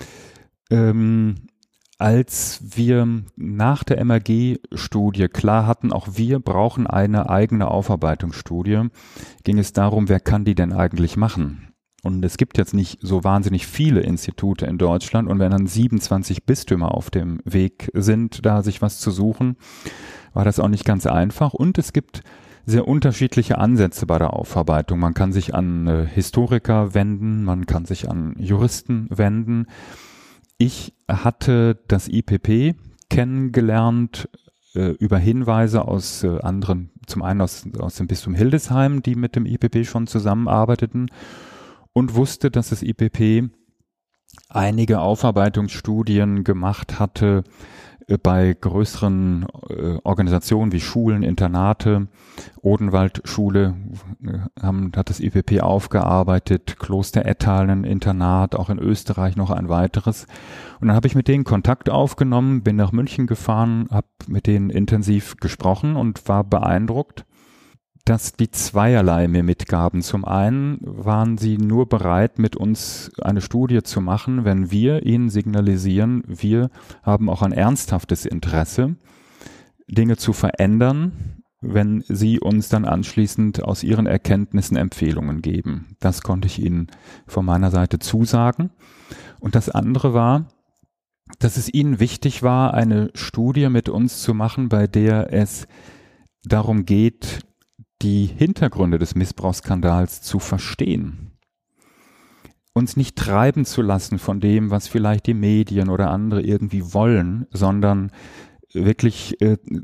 Als wir nach der MRG-Studie klar hatten, auch wir brauchen eine eigene Aufarbeitungsstudie, ging es darum, wer kann die denn eigentlich machen? Und es gibt jetzt nicht so wahnsinnig viele Institute in Deutschland, und wenn dann 27 Bistümer auf dem Weg sind, da sich was zu suchen, war das auch nicht ganz einfach. Und es gibt sehr unterschiedliche Ansätze bei der Aufarbeitung. Man kann sich an Historiker wenden, man kann sich an Juristen wenden. Ich hatte das IPP kennengelernt über Hinweise aus anderen, zum einen aus dem Bistum Hildesheim, die mit dem IPP schon zusammenarbeiteten, und wusste, dass das IPP einige Aufarbeitungsstudien gemacht hatte bei größeren Organisationen wie Schulen, Internate. Odenwaldschule hat das IPP aufgearbeitet, Kloster Ettal, Internat, auch in Österreich noch ein weiteres. Und dann habe ich mit denen Kontakt aufgenommen, bin nach München gefahren, habe mit denen intensiv gesprochen und war beeindruckt, dass die zweierlei mir mitgaben. Zum einen waren sie nur bereit, mit uns eine Studie zu machen, wenn wir ihnen signalisieren, wir haben auch ein ernsthaftes Interesse, Dinge zu verändern, wenn sie uns dann anschließend aus ihren Erkenntnissen Empfehlungen geben. Das konnte ich ihnen von meiner Seite zusagen. Und das andere war, dass es ihnen wichtig war, eine Studie mit uns zu machen, bei der es darum geht, die Hintergründe des Missbrauchsskandals zu verstehen. Uns nicht treiben zu lassen von dem, was vielleicht die Medien oder andere irgendwie wollen, sondern wirklich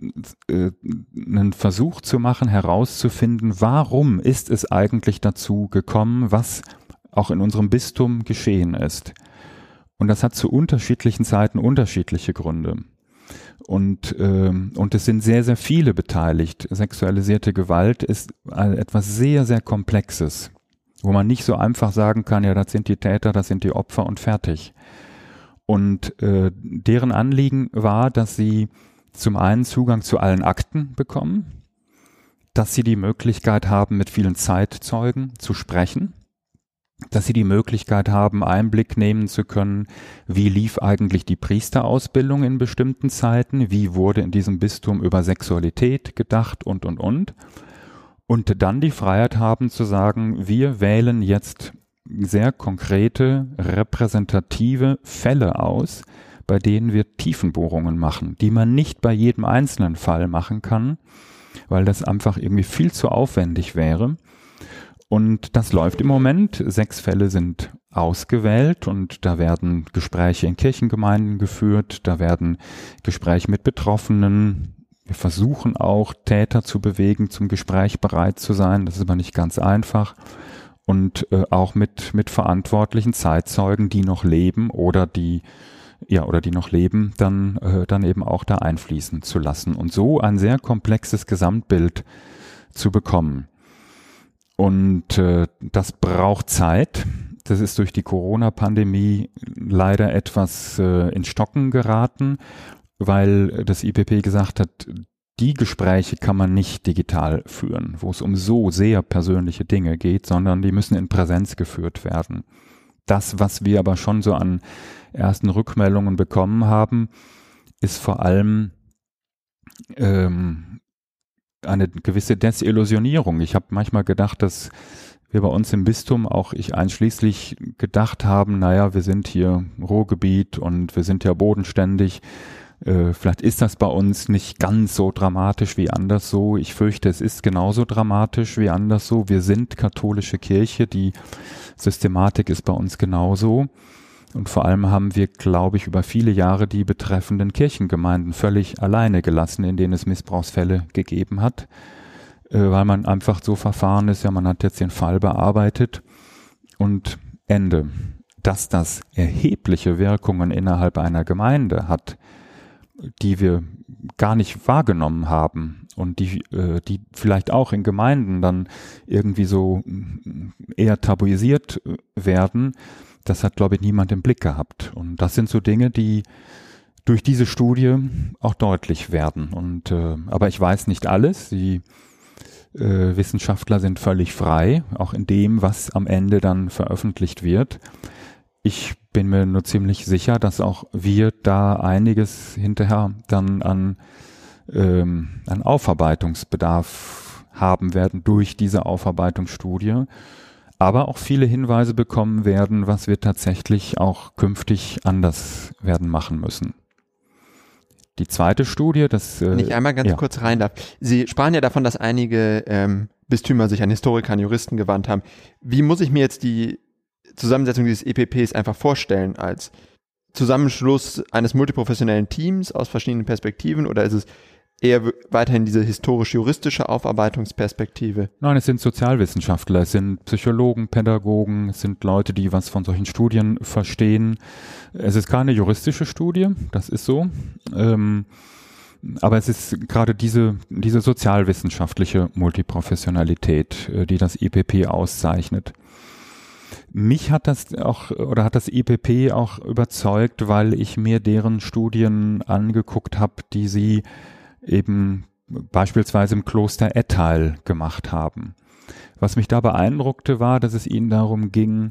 einen Versuch zu machen, herauszufinden, warum ist es eigentlich dazu gekommen, was auch in unserem Bistum geschehen ist. Und das hat zu unterschiedlichen Zeiten unterschiedliche Gründe. Und es sind sehr, sehr viele beteiligt. Sexualisierte Gewalt ist etwas sehr, sehr Komplexes, wo man nicht so einfach sagen kann, ja, das sind die Täter, das sind die Opfer und fertig. Und deren Anliegen war, dass sie zum einen Zugang zu allen Akten bekommen, dass sie die Möglichkeit haben, mit vielen Zeitzeugen zu sprechen, dass sie die Möglichkeit haben, Einblick nehmen zu können, wie lief eigentlich die Priesterausbildung in bestimmten Zeiten, wie wurde in diesem Bistum über Sexualität gedacht und. Und dann die Freiheit haben zu sagen, wir wählen jetzt sehr konkrete, repräsentative Fälle aus, bei denen wir Tiefenbohrungen machen, die man nicht bei jedem einzelnen Fall machen kann, weil das einfach irgendwie viel zu aufwendig wäre. Und das läuft im Moment. 6 Fälle sind ausgewählt und da werden Gespräche in Kirchengemeinden geführt, da werden Gespräche mit Betroffenen. Wir versuchen auch, Täter zu bewegen, zum Gespräch bereit zu sein. Das ist aber nicht ganz einfach. Und auch mit verantwortlichen Zeitzeugen, die noch leben oder die noch leben, dann eben auch da einfließen zu lassen und so ein sehr komplexes Gesamtbild zu bekommen. Und das braucht Zeit. Das ist durch die Corona-Pandemie leider etwas ins Stocken geraten, weil das IPP gesagt hat, die Gespräche kann man nicht digital führen, wo es um so sehr persönliche Dinge geht, sondern die müssen in Präsenz geführt werden. Das, was wir aber schon so an ersten Rückmeldungen bekommen haben, ist vor allem eine gewisse Desillusionierung. Ich habe manchmal gedacht, dass wir bei uns im Bistum, auch ich einschließlich, gedacht haben, naja, wir sind hier Ruhrgebiet und wir sind ja bodenständig. Vielleicht ist das bei uns nicht ganz so dramatisch wie anderswo. Ich fürchte, es ist genauso dramatisch wie anderswo. Wir sind katholische Kirche, die Systematik ist bei uns genauso. Und vor allem haben wir, glaube ich, über viele Jahre die betreffenden Kirchengemeinden völlig alleine gelassen, in denen es Missbrauchsfälle gegeben hat, weil man einfach so verfahren ist, ja, man hat jetzt den Fall bearbeitet und Ende. Dass das erhebliche Wirkungen innerhalb einer Gemeinde hat, die wir gar nicht wahrgenommen haben und die vielleicht auch in Gemeinden dann irgendwie so eher tabuisiert werden, das hat, glaube ich, niemand im Blick gehabt. Und das sind so Dinge, die durch diese Studie auch deutlich werden. Und aber ich weiß nicht alles. Die Wissenschaftler sind völlig frei, auch in dem, was am Ende dann veröffentlicht wird. Ich bin mir nur ziemlich sicher, dass auch wir da einiges hinterher dann an Aufarbeitungsbedarf haben werden durch diese Aufarbeitungsstudie, aber auch viele Hinweise bekommen werden, was wir tatsächlich auch künftig anders werden machen müssen. Die zweite Studie, wenn ich einmal ganz kurz rein darf. Sie sprachen ja davon, dass einige Bistümer sich an Historiker, an Juristen gewandt haben. Wie muss ich mir jetzt die Zusammensetzung dieses EPPs einfach vorstellen? Als Zusammenschluss eines multiprofessionellen Teams aus verschiedenen Perspektiven oder ist es eher weiterhin diese historisch-juristische Aufarbeitungsperspektive? Nein, es sind Sozialwissenschaftler, es sind Psychologen, Pädagogen, es sind Leute, die was von solchen Studien verstehen. Es ist keine juristische Studie, das ist so. Aber es ist gerade diese sozialwissenschaftliche Multiprofessionalität, die das IPP auszeichnet. Mich hat das IPP auch überzeugt, weil ich mir deren Studien angeguckt habe, die sie eben beispielsweise im Kloster Ettal gemacht haben. Was mich da beeindruckte, war, dass es ihnen darum ging,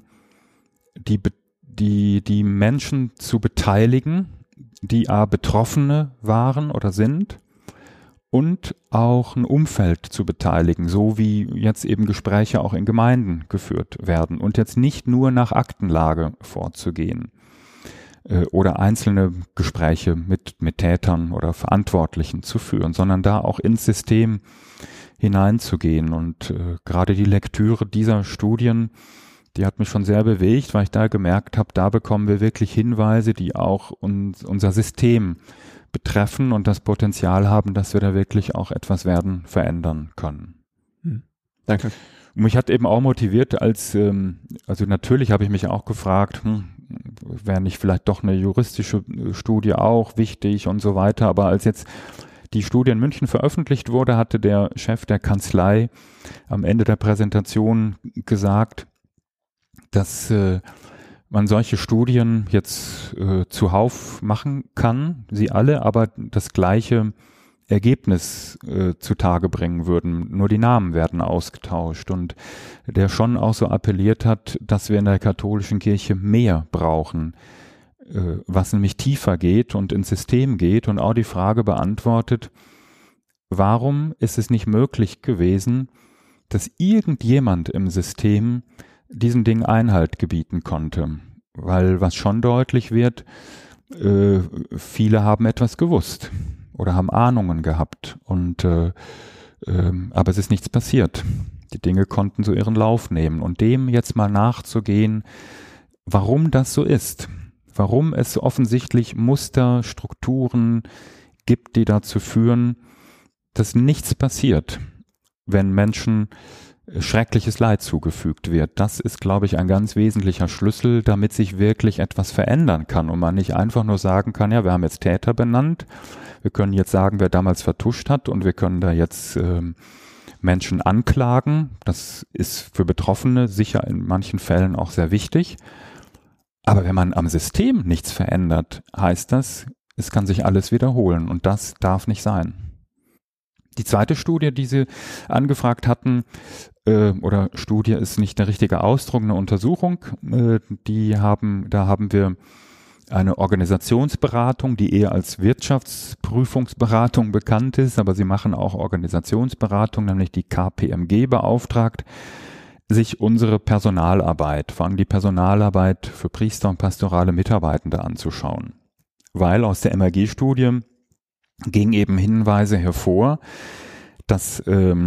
die Menschen zu beteiligen, die Betroffene waren oder sind, und auch ein Umfeld zu beteiligen, so wie jetzt eben Gespräche auch in Gemeinden geführt werden und jetzt nicht nur nach Aktenlage vorzugehen oder einzelne Gespräche mit Tätern oder Verantwortlichen zu führen, sondern da auch ins System hineinzugehen. Und gerade die Lektüre dieser Studien, die hat mich schon sehr bewegt, weil ich da gemerkt habe, da bekommen wir wirklich Hinweise, die auch unser System betreffen und das Potenzial haben, dass wir da wirklich auch etwas verändern können. Danke. Und mich hat eben auch motiviert, also natürlich habe ich mich auch gefragt, wäre nicht vielleicht doch eine juristische Studie auch wichtig und so weiter, aber als jetzt die Studie in München veröffentlicht wurde, hatte der Chef der Kanzlei am Ende der Präsentation gesagt, dass man solche Studien jetzt zuhauf machen kann, sie alle, aber das gleiche Ergebnis zutage bringen würden. Nur die Namen werden ausgetauscht und der schon auch so appelliert hat, dass wir in der katholischen Kirche mehr brauchen, was nämlich tiefer geht und ins System geht und auch die Frage beantwortet, warum ist es nicht möglich gewesen, dass irgendjemand im System diesem Ding Einhalt gebieten konnte. Weil was schon deutlich wird, viele haben etwas gewusst oder haben Ahnungen gehabt aber es ist nichts passiert. Die Dinge konnten so ihren Lauf nehmen und dem jetzt mal nachzugehen, warum das so ist, warum es offensichtlich Muster, Strukturen gibt, die dazu führen, dass nichts passiert, wenn Menschen schreckliches Leid zugefügt wird. Das ist, glaube ich, ein ganz wesentlicher Schlüssel, damit sich wirklich etwas verändern kann und man nicht einfach nur sagen kann, ja, wir haben jetzt Täter benannt, wir können jetzt sagen, wer damals vertuscht hat und wir können da jetzt Menschen anklagen. Das ist für Betroffene sicher in manchen Fällen auch sehr wichtig. Aber wenn man am System nichts verändert, heißt das, es kann sich alles wiederholen und das darf nicht sein. Die zweite Studie, die Sie angefragt hatten, oder Studie ist nicht der richtige Ausdruck, eine Untersuchung, da haben wir eine Organisationsberatung, die eher als Wirtschaftsprüfungsberatung bekannt ist, aber sie machen auch Organisationsberatung, nämlich die KPMG beauftragt, sich unsere Personalarbeit, vor allem die Personalarbeit für Priester und pastorale Mitarbeitende anzuschauen. Weil aus der MRG-Studie gingen eben Hinweise hervor, dass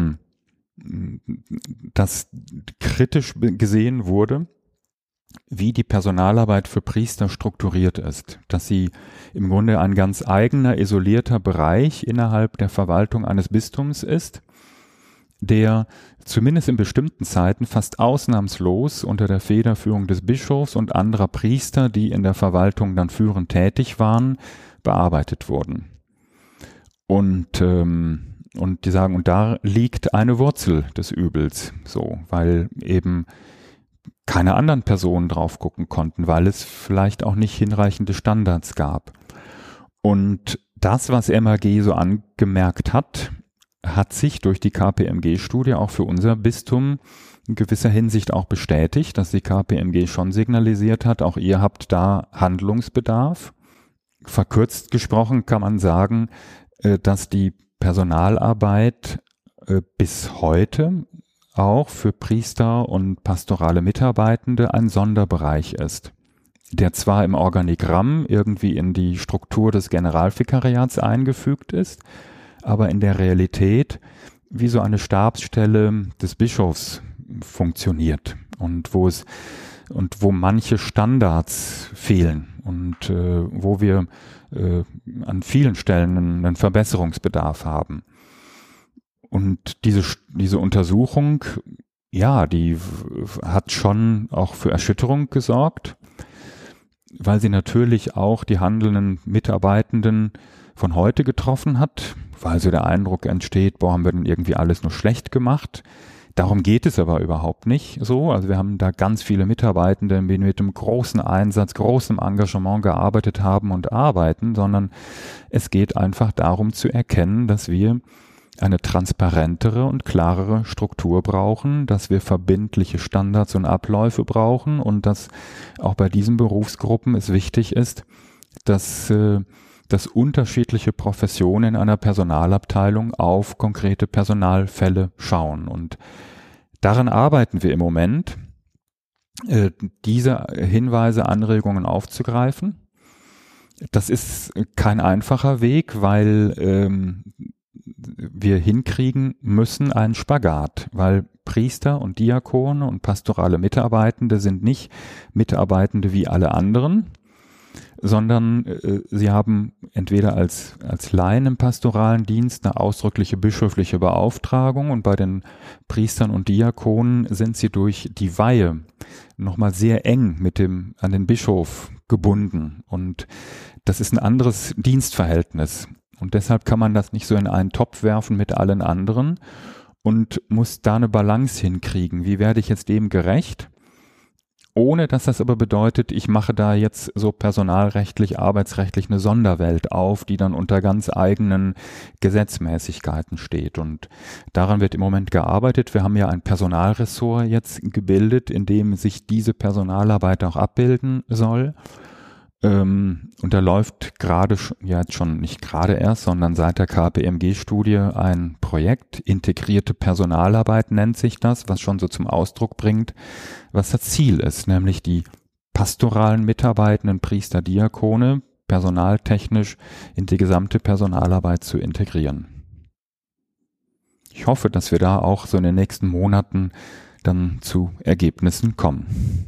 kritisch gesehen wurde, wie die Personalarbeit für Priester strukturiert ist, dass sie im Grunde ein ganz eigener, isolierter Bereich innerhalb der Verwaltung eines Bistums ist, der zumindest in bestimmten Zeiten fast ausnahmslos unter der Federführung des Bischofs und anderer Priester, die in der Verwaltung dann führend tätig waren, bearbeitet wurden. Und die sagen, und da liegt eine Wurzel des Übels, so, weil eben keine anderen Personen drauf gucken konnten, weil es vielleicht auch nicht hinreichende Standards gab. Und das, was MAG so angemerkt hat, hat sich durch die KPMG-Studie auch für unser Bistum in gewisser Hinsicht auch bestätigt, dass die KPMG schon signalisiert hat, auch ihr habt da Handlungsbedarf. Verkürzt gesprochen kann man sagen, dass die Personalarbeit bis heute auch für Priester und pastorale Mitarbeitende ein Sonderbereich ist, der zwar im Organigramm irgendwie in die Struktur des Generalvikariats eingefügt ist, aber in der Realität wie so eine Stabsstelle des Bischofs funktioniert und wo manche Standards fehlen und wo wir an vielen Stellen einen Verbesserungsbedarf haben. Und diese Untersuchung, ja, die hat schon auch für Erschütterung gesorgt, weil sie natürlich auch die handelnden Mitarbeitenden von heute getroffen hat, weil so der Eindruck entsteht, boah, haben wir denn irgendwie alles nur schlecht gemacht. Darum geht es aber überhaupt nicht so. Also wir haben da ganz viele Mitarbeitende, die mit einem großen Einsatz, großem Engagement gearbeitet haben und arbeiten, sondern es geht einfach darum zu erkennen, dass wir eine transparentere und klarere Struktur brauchen, dass wir verbindliche Standards und Abläufe brauchen und dass auch bei diesen Berufsgruppen es wichtig ist, dass unterschiedliche Professionen in einer Personalabteilung auf konkrete Personalfälle schauen. Und daran arbeiten wir im Moment, diese Hinweise, Anregungen aufzugreifen. Das ist kein einfacher Weg, weil wir hinkriegen müssen einen Spagat, weil Priester und Diakone und pastorale Mitarbeitende sind nicht Mitarbeitende wie alle anderen, sondern sie haben entweder als Laien im pastoralen Dienst eine ausdrückliche bischöfliche Beauftragung und bei den Priestern und Diakonen sind sie durch die Weihe nochmal sehr eng an den Bischof gebunden und das ist ein anderes Dienstverhältnis und deshalb kann man das nicht so in einen Topf werfen mit allen anderen und muss da eine Balance hinkriegen. Wie werde ich jetzt dem gerecht? Ohne dass das aber bedeutet, ich mache da jetzt so personalrechtlich, arbeitsrechtlich eine Sonderwelt auf, die dann unter ganz eigenen Gesetzmäßigkeiten steht. Und daran wird im Moment gearbeitet. Wir haben ja ein Personalressort jetzt gebildet, in dem sich diese Personalarbeit auch abbilden soll. Und da läuft gerade, ja jetzt schon nicht gerade erst, sondern seit der KPMG-Studie ein Projekt, integrierte Personalarbeit nennt sich das, was schon so zum Ausdruck bringt, was das Ziel ist, nämlich die pastoralen Mitarbeitenden Priester, Diakone personaltechnisch in die gesamte Personalarbeit zu integrieren. Ich hoffe, dass wir da auch so in den nächsten Monaten dann zu Ergebnissen kommen.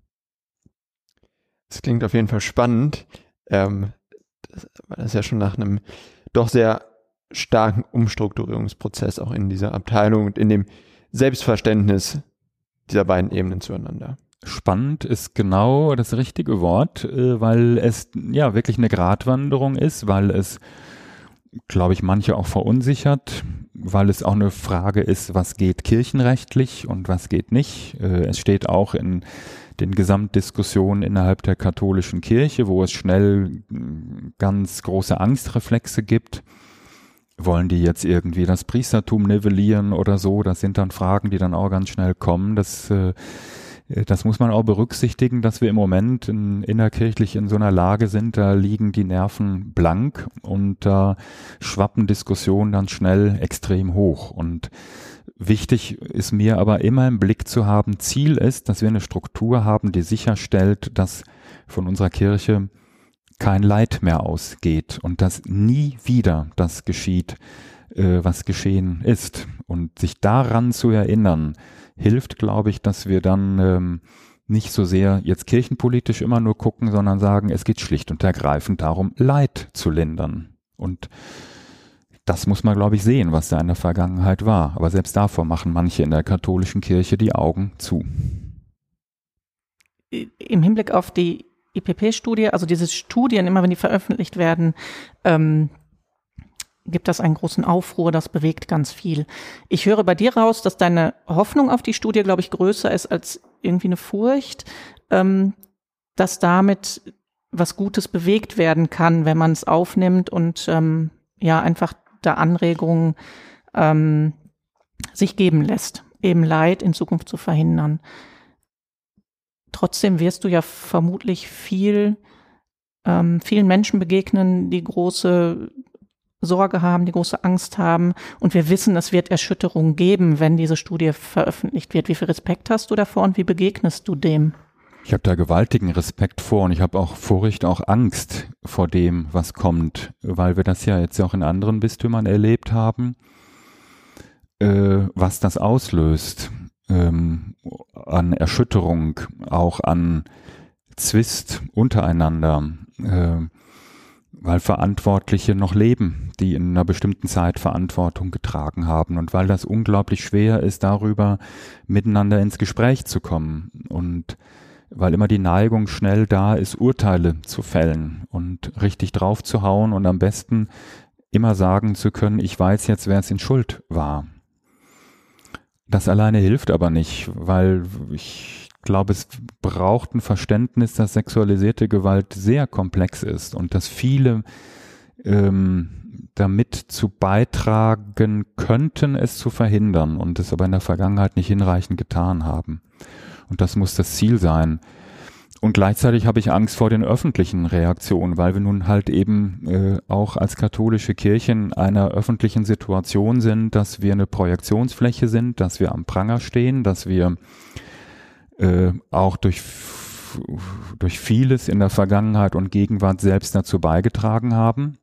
Das klingt auf jeden Fall spannend, weil das ja schon nach einem doch sehr starken Umstrukturierungsprozess auch in dieser Abteilung und in dem Selbstverständnis dieser beiden Ebenen zueinander. Spannend ist genau das richtige Wort, weil es ja wirklich eine Gratwanderung ist, weil es, glaube ich, manche auch verunsichert, weil es auch eine Frage ist, was geht kirchenrechtlich und was geht nicht. Es steht auch in den Gesamtdiskussionen innerhalb der katholischen Kirche, wo es schnell ganz große Angstreflexe gibt. Wollen die jetzt irgendwie das Priestertum nivellieren oder so? Das sind dann Fragen, die dann auch ganz schnell kommen. Das muss man auch berücksichtigen, dass wir im Moment innerkirchlich in so einer Lage sind, da liegen die Nerven blank und da schwappen Diskussionen dann schnell extrem hoch. Und wichtig ist mir aber immer im Blick zu haben, Ziel ist, dass wir eine Struktur haben, die sicherstellt, dass von unserer Kirche kein Leid mehr ausgeht und dass nie wieder das geschieht, was geschehen ist. Und sich daran zu erinnern, hilft, glaube ich, dass wir dann nicht so sehr jetzt kirchenpolitisch immer nur gucken, sondern sagen, es geht schlicht und ergreifend darum, Leid zu lindern. Und das muss man, glaube ich, sehen, was da in der Vergangenheit war. Aber selbst davor machen manche in der katholischen Kirche die Augen zu. Im Hinblick auf die IPP-Studie, also diese Studien, immer wenn die veröffentlicht werden, gibt das einen großen Aufruhr, das bewegt ganz viel. Ich höre bei dir raus, dass deine Hoffnung auf die Studie, glaube ich, größer ist als irgendwie eine Furcht, dass damit was Gutes bewegt werden kann, wenn man es aufnimmt und einfach da Anregungen sich geben lässt, eben Leid in Zukunft zu verhindern. Trotzdem wirst du ja vermutlich vielen Menschen begegnen, die große Sorge haben, die große Angst haben. Und wir wissen, es wird Erschütterungen geben, wenn diese Studie veröffentlicht wird. Wie viel Respekt hast du davor und wie begegnest du dem? Ich habe da gewaltigen Respekt vor und ich habe auch Furcht, auch Angst vor dem, was kommt, weil wir das ja jetzt auch in anderen Bistümern erlebt haben, was das auslöst an Erschütterung, auch an Zwist untereinander, weil Verantwortliche noch leben, die in einer bestimmten Zeit Verantwortung getragen haben und weil das unglaublich schwer ist, darüber miteinander ins Gespräch zu kommen und weil immer die Neigung schnell da ist, Urteile zu fällen und richtig drauf zu hauen und am besten immer sagen zu können, ich weiß jetzt, wer es in Schuld war. Das alleine hilft aber nicht, weil ich glaube, es braucht ein Verständnis, dass sexualisierte Gewalt sehr komplex ist und dass viele damit zu beitragen könnten, es zu verhindern und es aber in der Vergangenheit nicht hinreichend getan haben. Und das muss das Ziel sein. Und gleichzeitig habe ich Angst vor den öffentlichen Reaktionen, weil wir nun halt eben auch als katholische Kirche in einer öffentlichen Situation sind, dass wir eine Projektionsfläche sind, dass wir am Pranger stehen, dass wir auch durch vieles in der Vergangenheit und Gegenwart selbst dazu beigetragen haben,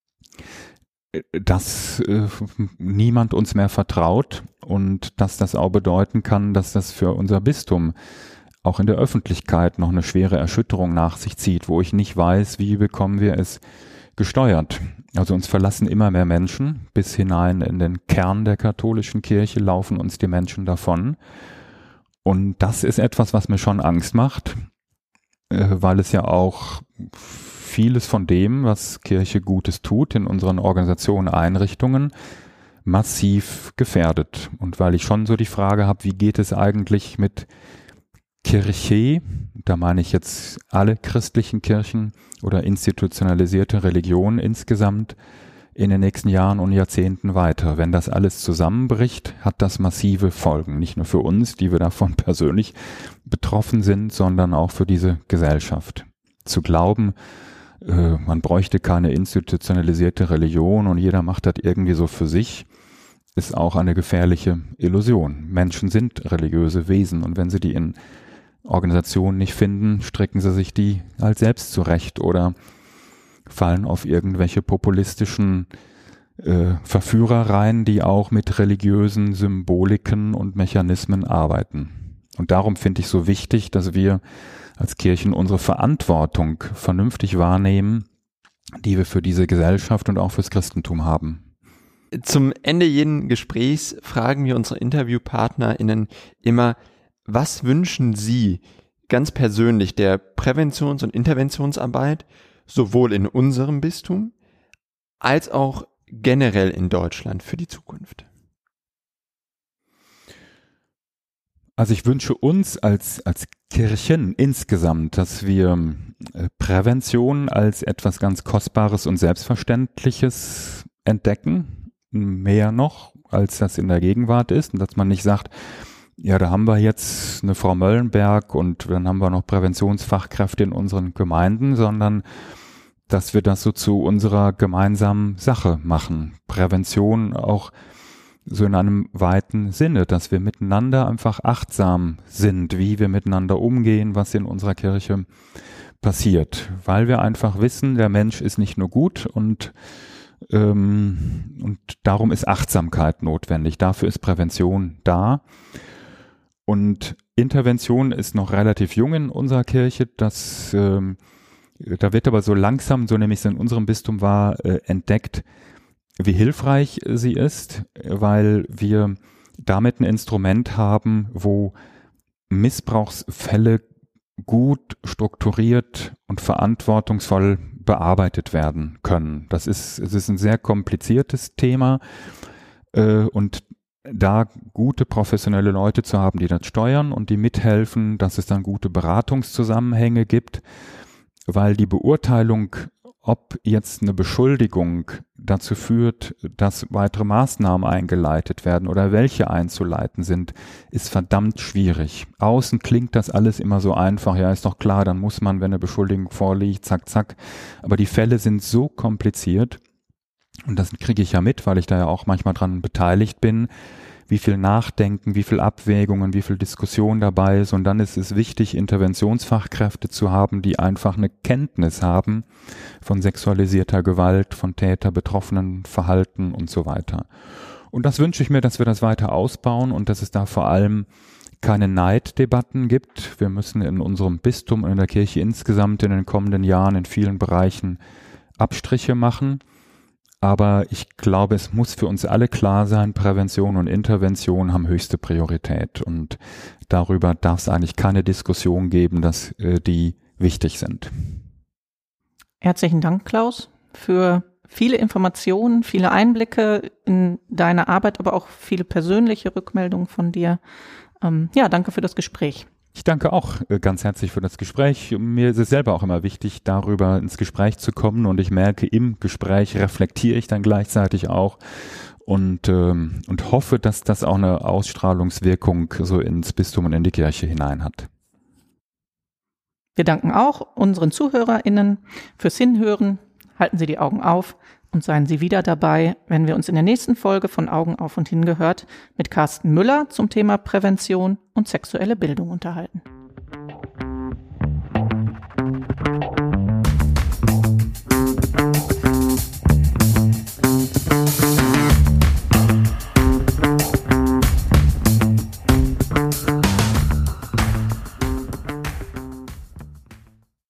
dass niemand uns mehr vertraut und dass das auch bedeuten kann, dass das für unser Bistum auch in der Öffentlichkeit noch eine schwere Erschütterung nach sich zieht, wo ich nicht weiß, wie bekommen wir es gesteuert. Also uns verlassen immer mehr Menschen, bis hinein in den Kern der katholischen Kirche laufen uns die Menschen davon. Und das ist etwas, was mir schon Angst macht, weil es ja auch vieles von dem, was Kirche Gutes tut in unseren Organisationen, Einrichtungen, massiv gefährdet. Und weil ich schon so die Frage habe, wie geht es eigentlich mit Kirche, da meine ich jetzt alle christlichen Kirchen oder institutionalisierte Religionen insgesamt, in den nächsten Jahren und Jahrzehnten weiter. Wenn das alles zusammenbricht, hat das massive Folgen. Nicht nur für uns, die wir davon persönlich betroffen sind, sondern auch für diese Gesellschaft. Zu glauben, man bräuchte keine institutionalisierte Religion und jeder macht das irgendwie so für sich, ist auch eine gefährliche Illusion. Menschen sind religiöse Wesen und wenn sie die in Organisationen nicht finden, stricken sie sich die halt selbst zurecht oder fallen auf irgendwelche populistischen Verführereien, die auch mit religiösen Symboliken und Mechanismen arbeiten. Und darum finde ich so wichtig, dass wir als Kirchen unsere Verantwortung vernünftig wahrnehmen, die wir für diese Gesellschaft und auch fürs Christentum haben. Zum Ende jeden Gesprächs fragen wir unsere InterviewpartnerInnen immer, was wünschen Sie ganz persönlich der Präventions- und Interventionsarbeit sowohl in unserem Bistum als auch generell in Deutschland für die Zukunft? Also ich wünsche uns als Kirchen insgesamt, dass wir Prävention als etwas ganz Kostbares und Selbstverständliches entdecken, mehr noch, als das in der Gegenwart ist, und dass man nicht sagt, ja, da haben wir jetzt eine Frau Möllenberg und dann haben wir noch Präventionsfachkräfte in unseren Gemeinden, sondern dass wir das so zu unserer gemeinsamen Sache machen. Prävention auch so in einem weiten Sinne, dass wir miteinander einfach achtsam sind, wie wir miteinander umgehen, was in unserer Kirche passiert. Weil wir einfach wissen, der Mensch ist nicht nur gut und darum ist Achtsamkeit notwendig. Dafür ist Prävention da. Und Intervention ist noch relativ jung in unserer Kirche. Da wird aber so langsam, so nämlich es in unserem Bistum war, entdeckt, wie hilfreich sie ist, weil wir damit ein Instrument haben, wo Missbrauchsfälle gut strukturiert und verantwortungsvoll bearbeitet werden können. Es ist ein sehr kompliziertes Thema und da gute professionelle Leute zu haben, die das steuern und die mithelfen, dass es dann gute Beratungszusammenhänge gibt, weil die Beurteilung, ob jetzt eine Beschuldigung dazu führt, dass weitere Maßnahmen eingeleitet werden oder welche einzuleiten sind, ist verdammt schwierig. Außen klingt das alles immer so einfach, ja, ist doch klar, dann muss man, wenn eine Beschuldigung vorliegt, zack, zack. Aber die Fälle sind so kompliziert, und das kriege ich ja mit, weil ich da ja auch manchmal dran beteiligt bin, wie viel Nachdenken, wie viel Abwägungen, wie viel Diskussion dabei ist. Und dann ist es wichtig, Interventionsfachkräfte zu haben, die einfach eine Kenntnis haben von sexualisierter Gewalt, von Täter, Betroffenen, Verhalten und so weiter. Und das wünsche ich mir, dass wir das weiter ausbauen und dass es da vor allem keine Neiddebatten gibt. Wir müssen in unserem Bistum und in der Kirche insgesamt in den kommenden Jahren in vielen Bereichen Abstriche machen. Aber ich glaube, es muss für uns alle klar sein, Prävention und Intervention haben höchste Priorität. Und darüber darf es eigentlich keine Diskussion geben, dass die wichtig sind. Herzlichen Dank, Klaus, für viele Informationen, viele Einblicke in deine Arbeit, aber auch viele persönliche Rückmeldungen von dir. Danke für das Gespräch. Ich danke auch ganz herzlich für das Gespräch. Mir ist es selber auch immer wichtig, darüber ins Gespräch zu kommen, und ich merke, im Gespräch reflektiere ich dann gleichzeitig auch und hoffe, dass das auch eine Ausstrahlungswirkung so ins Bistum und in die Kirche hinein hat. Wir danken auch unseren ZuhörerInnen fürs Hinhören. Halten Sie die Augen auf und seien Sie wieder dabei, wenn wir uns in der nächsten Folge von Augen auf und hingehört mit Carsten Müller zum Thema Prävention und sexuelle Bildung unterhalten.